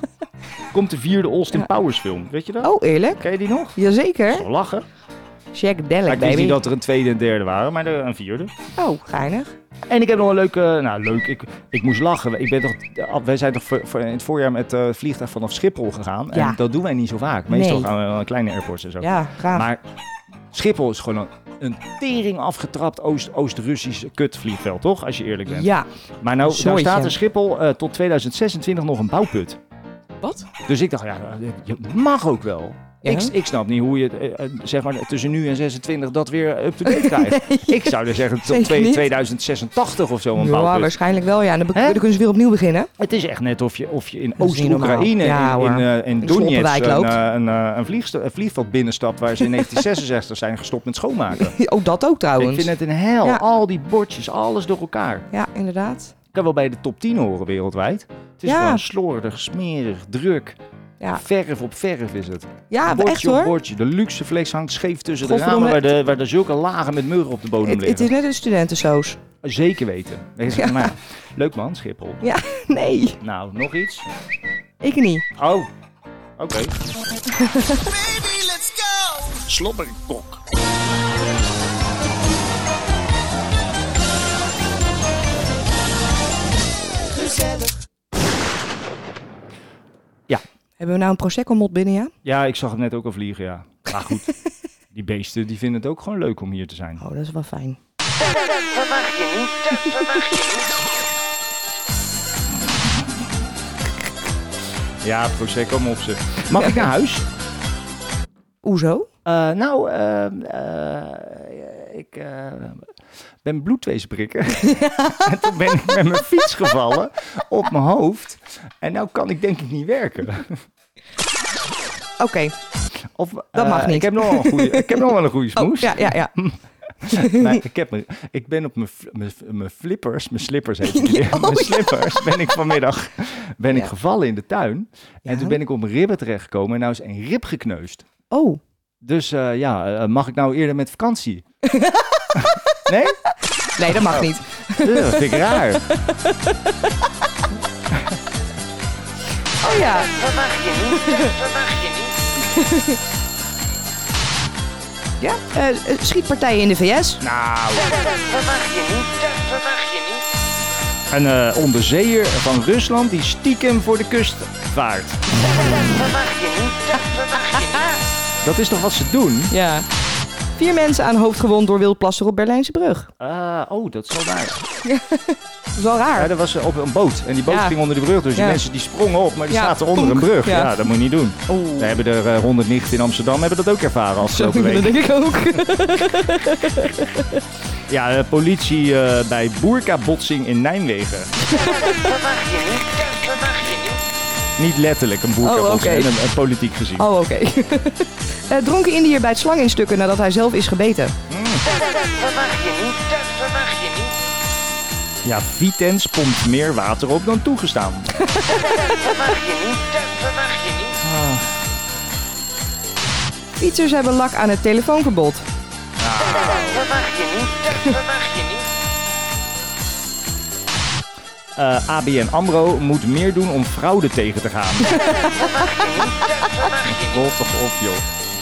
komt de vierde Austin Ja. Powers film. Weet je dat? Oh, eerlijk? Ken je die nog? Jazeker. Zo lachen. Check Maar Delic, ik wist baby. niet dat er een tweede en derde waren, maar er een vierde. Oh, geinig. En ik heb nog een leuke... Nou, leuk. Ik, ik moest lachen. Ik ben toch, wij zijn toch voor, voor in het voorjaar met uh, vliegtuig vanaf Schiphol gegaan. Ja. En dat doen wij niet zo vaak. Meestal Nee. gaan we naar kleine airports en zo. Ja, gaaf. Maar Schiphol is gewoon een, een tering afgetrapt Oost, Oost-Russisch kutvliegveld, toch? Als je eerlijk bent. Ja. Maar nou, nou Zooitje. staat er Schiphol uh, tot tweeduizend zesentwintig nog een bouwput. Wat? Dus ik dacht, ja, je mag ook wel. Ja. Ik, ik snap niet hoe je het, uh, zeg maar, tussen nu en zesentwintig dat weer up-to-date krijgt. Nee. Ik zou er zeggen tot Zeker twee- niet. tweeduizend zesentachtig of zo een Ja, bouwput. waarschijnlijk wel, ja. En dan Hè? kunnen ze weer opnieuw beginnen. Het is echt net of je, of je in Dat is niet Oost-Oekraïne, normaal. Ja, in, hoor. in, uh, in In de Donetsk, sloppenwijk een, loopt. uh, een, uh, een, vliegst- een vliegveld binnenstapt waar ze in negentien zesenzestig zijn gestopt met schoonmaken. Oh, dat ook trouwens. Ik vind het een hel. Ja. Al die bordjes, alles door elkaar. Ja, inderdaad. Ik kan wel bij de top tien horen wereldwijd. Het is Ja. gewoon slordig, smerig, druk. Ja, Verf op verf is het. ja bordje echt op hoor. bordje. De luxe vlees hangt scheef tussen de Godverdomme. ramen waar, de, waar er zulke lagen met muggen op de bodem Het, liggen. het is net een studentensoos. Zeker weten. Deze, Ja. maar ja, leuk man, Schiphol. Ja, nee. Nou, nog iets? Ik niet. Oh, oké. Okay. Slobberkok. Gezellig. Ja. Hebben we nou een Prosecco-mot binnen, ja? Ja, ik zag hem net ook al vliegen, ja. Maar goed, die beesten die vinden het ook gewoon leuk om hier te zijn. Oh, dat is wel fijn. Verwacht je niet, dat verwacht je niet. Ja, Prosecco mopsen. Mag ik naar huis? Hoezo? Uh, nou, uh, uh, ik uh, ben bloedwezen prikken. En toen ben ik met mijn fiets gevallen op mijn hoofd. En nou kan ik denk ik niet werken. Oké, okay. Of, dat uh, mag niet. Ik heb nog wel een goede, ik heb nog wel een goede smoes. Oh, ja, ja, ja. Nee, ik, heb me, ik ben op mijn, mijn, mijn flippers, mijn slippers heet het, Oh, mijn ja. slippers, ben ik vanmiddag ben ik Ja. gevallen in de tuin. En Ja. toen ben ik op mijn ribben terechtgekomen en nou is een rib gekneusd. Oh. Dus uh, ja, uh, mag ik nou eerder met vakantie? Nee? Nee, dat mag Oh. niet. Uh, dat vind ik raar. Oh ja. Verwacht je niet, dat verwacht je niet. Ja, uh, schietpartijen in de V S. Nou, Verwacht je niet, dat verwacht je niet. een uh, onderzeeër van Rusland die stiekem voor de kust vaart. Verwacht je niet, dat verwacht je niet. Dat is toch wat ze doen? Ja. Vier mensen aan hoofd gewond door wildplasser op Berlijnse brug. Uh, oh, dat is wel waar. Dat is wel raar. Ja, dat was uh, op een boot. En die boot Ja. ging onder de brug. Dus die Ja. mensen die sprongen op, maar die Ja, zaten onder een ponk. brug. Ja. Ja. dat moet je niet doen. Oeh. We hebben er uh, honderd nichten in Amsterdam hebben dat ook ervaren afgelopen Dat week. denk ik ook. Ja, uh, politie uh, bij boerka-botsing in Nijmegen. Verwacht je niet, dat verwacht je niet. Niet letterlijk een boerka-botsing, Oh, oké. en een, een politiek gezien. Oh, oké. Okay. uh, dronken Indiër bijt slang in stukken nadat hij zelf is gebeten. Verwacht je niet, dat verwacht je niet. Ja, Vitens pompt meer water op dan toegestaan. Verwacht je niet, dat verwacht je niet. Ah. Fietsers hebben lak aan het telefoonverbod. Verwacht je niet, dat verwacht je niet. Uh, A B N AMRO moet meer doen om fraude tegen te gaan. Verwacht je niet, dat verwacht je niet. Rot toch op, joh.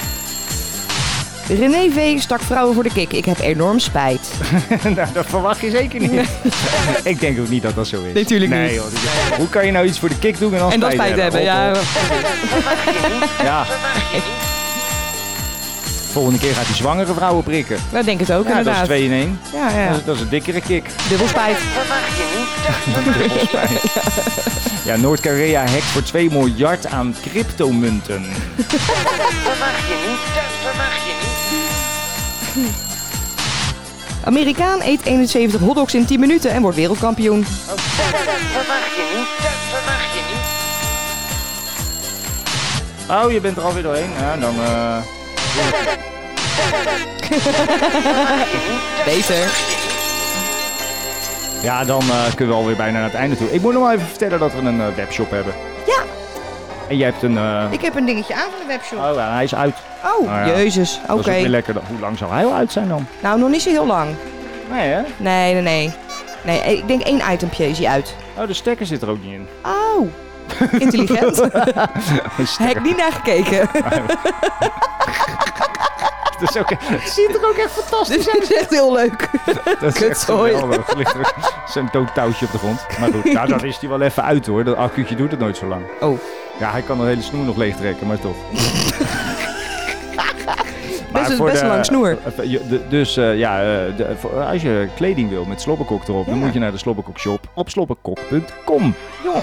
René V. stak vrouwen voor de kik. Ik heb enorm spijt. Nou, dat verwacht je zeker niet. Nee. Ik denk ook niet dat dat zo is. Nee, tuurlijk nee, niet. Joh, dat- hoe kan je nou iets voor de kick doen en dan En dat spijt spijt hebben, Op, ja. op. Verwacht je niet, Ja, verwacht je niet. volgende keer gaat hij zwangere vrouwen prikken. Dat denk ik het ook, Ja, dat is inderdaad. twee in één. Ja, ja. Dat, is, dat is een dikkere kick. Dubbel spijt. Verwacht je niet, dat verwacht je niet. Ja, Noord-Korea hackt voor twee miljard aan cryptomunten. Verwacht je niet, dat verwacht je niet. Amerikaan eet eenenzeventig hotdogs in tien minuten en wordt wereldkampioen. Verwacht je niet, dat verwacht je niet. Oh, je bent er alweer doorheen. Ja, dan... Uh... Beter. Ja, dan uh, kunnen we alweer bijna naar het einde toe. Ik moet nog wel even vertellen dat we een uh, webshop hebben. Ja. En jij hebt een... Uh... Ik heb een dingetje aan van de webshop. Oh, ja, hij is uit. Oh, Nou ja, jezus. Oké. Dat is ook Okay. weer lekker. Hoe lang zal hij al uit zijn dan? Nou, nog niet zo heel lang. Nee, hè? Nee, nee, nee. Nee, ik denk één itempje is hij uit. Oh, de stekker zit er ook niet in. Oh. Intelligent. Heb ik niet naar gekeken. Dat is ook, het ziet er ook echt fantastisch uit. Dat is echt heel leuk. Dat is echt geweldig. Er ligt er zo'n dood touwtje op de grond. Maar goed, nou, dan is hij wel even uit hoor. Dat accuutje doet het nooit zo lang. Oh. Ja, hij kan de hele snoer nog leeg trekken, maar toch. Best, is best een lang snoer. Dus uh, ja, uh, de, voor, als je kleding wil met Slobberkok erop, ja. dan moet je naar de Slobberkok shop op slobberkok punt com. Ja.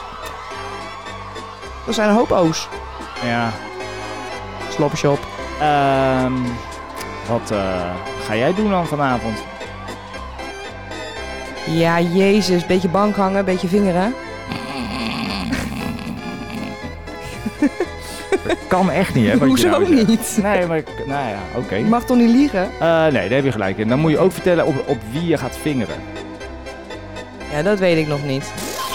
Er zijn een hoop O's. Ja. Slobbershop. Um, wat uh, ga jij doen dan vanavond? Ja, jezus. Beetje bank hangen, beetje vingeren. Dat kan echt niet, hè? Wat Hoezo je nou niet? Nee, maar nou ja, oké. Okay. Je mag toch niet liegen? Uh, nee, daar heb je gelijk in. Dan moet je ook vertellen op, op wie je gaat vingeren. Ja, dat weet ik nog niet.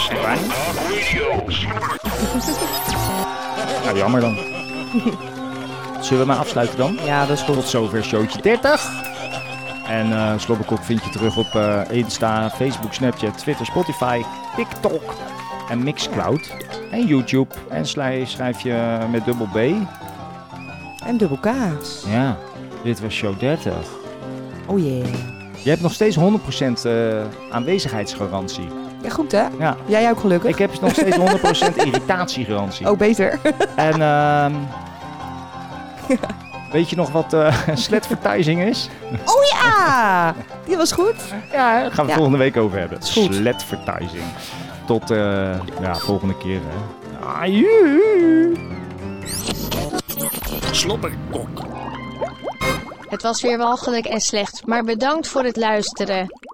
Nou, jammer dan. Zullen we maar afsluiten dan? Ja, dat is goed. Tot zover showtje dertig. En uh, Slobberkok vind je terug op uh, Insta, Facebook, Snapchat, Twitter, Spotify, TikTok en Mixcloud. En YouTube. En schrijf je met dubbel B. En dubbel K's. Ja, dit was show dertig. Oh yeah. Je hebt nog steeds honderd procent uh, aanwezigheidsgarantie. Ja, goed hè? Ja. Jij ook gelukkig. Ik heb nog steeds honderd procent irritatiegarantie. Oh, beter. En uh, weet je nog wat uh, sledvertising is? Oh ja! Die was goed. Ja, daar gaan we ja. volgende week over hebben. Goed. Sledvertising. Tot uh, ja, volgende keer. Hè. Aju. Slobberkok. Het was weer walgelijk en slecht, maar bedankt voor het luisteren.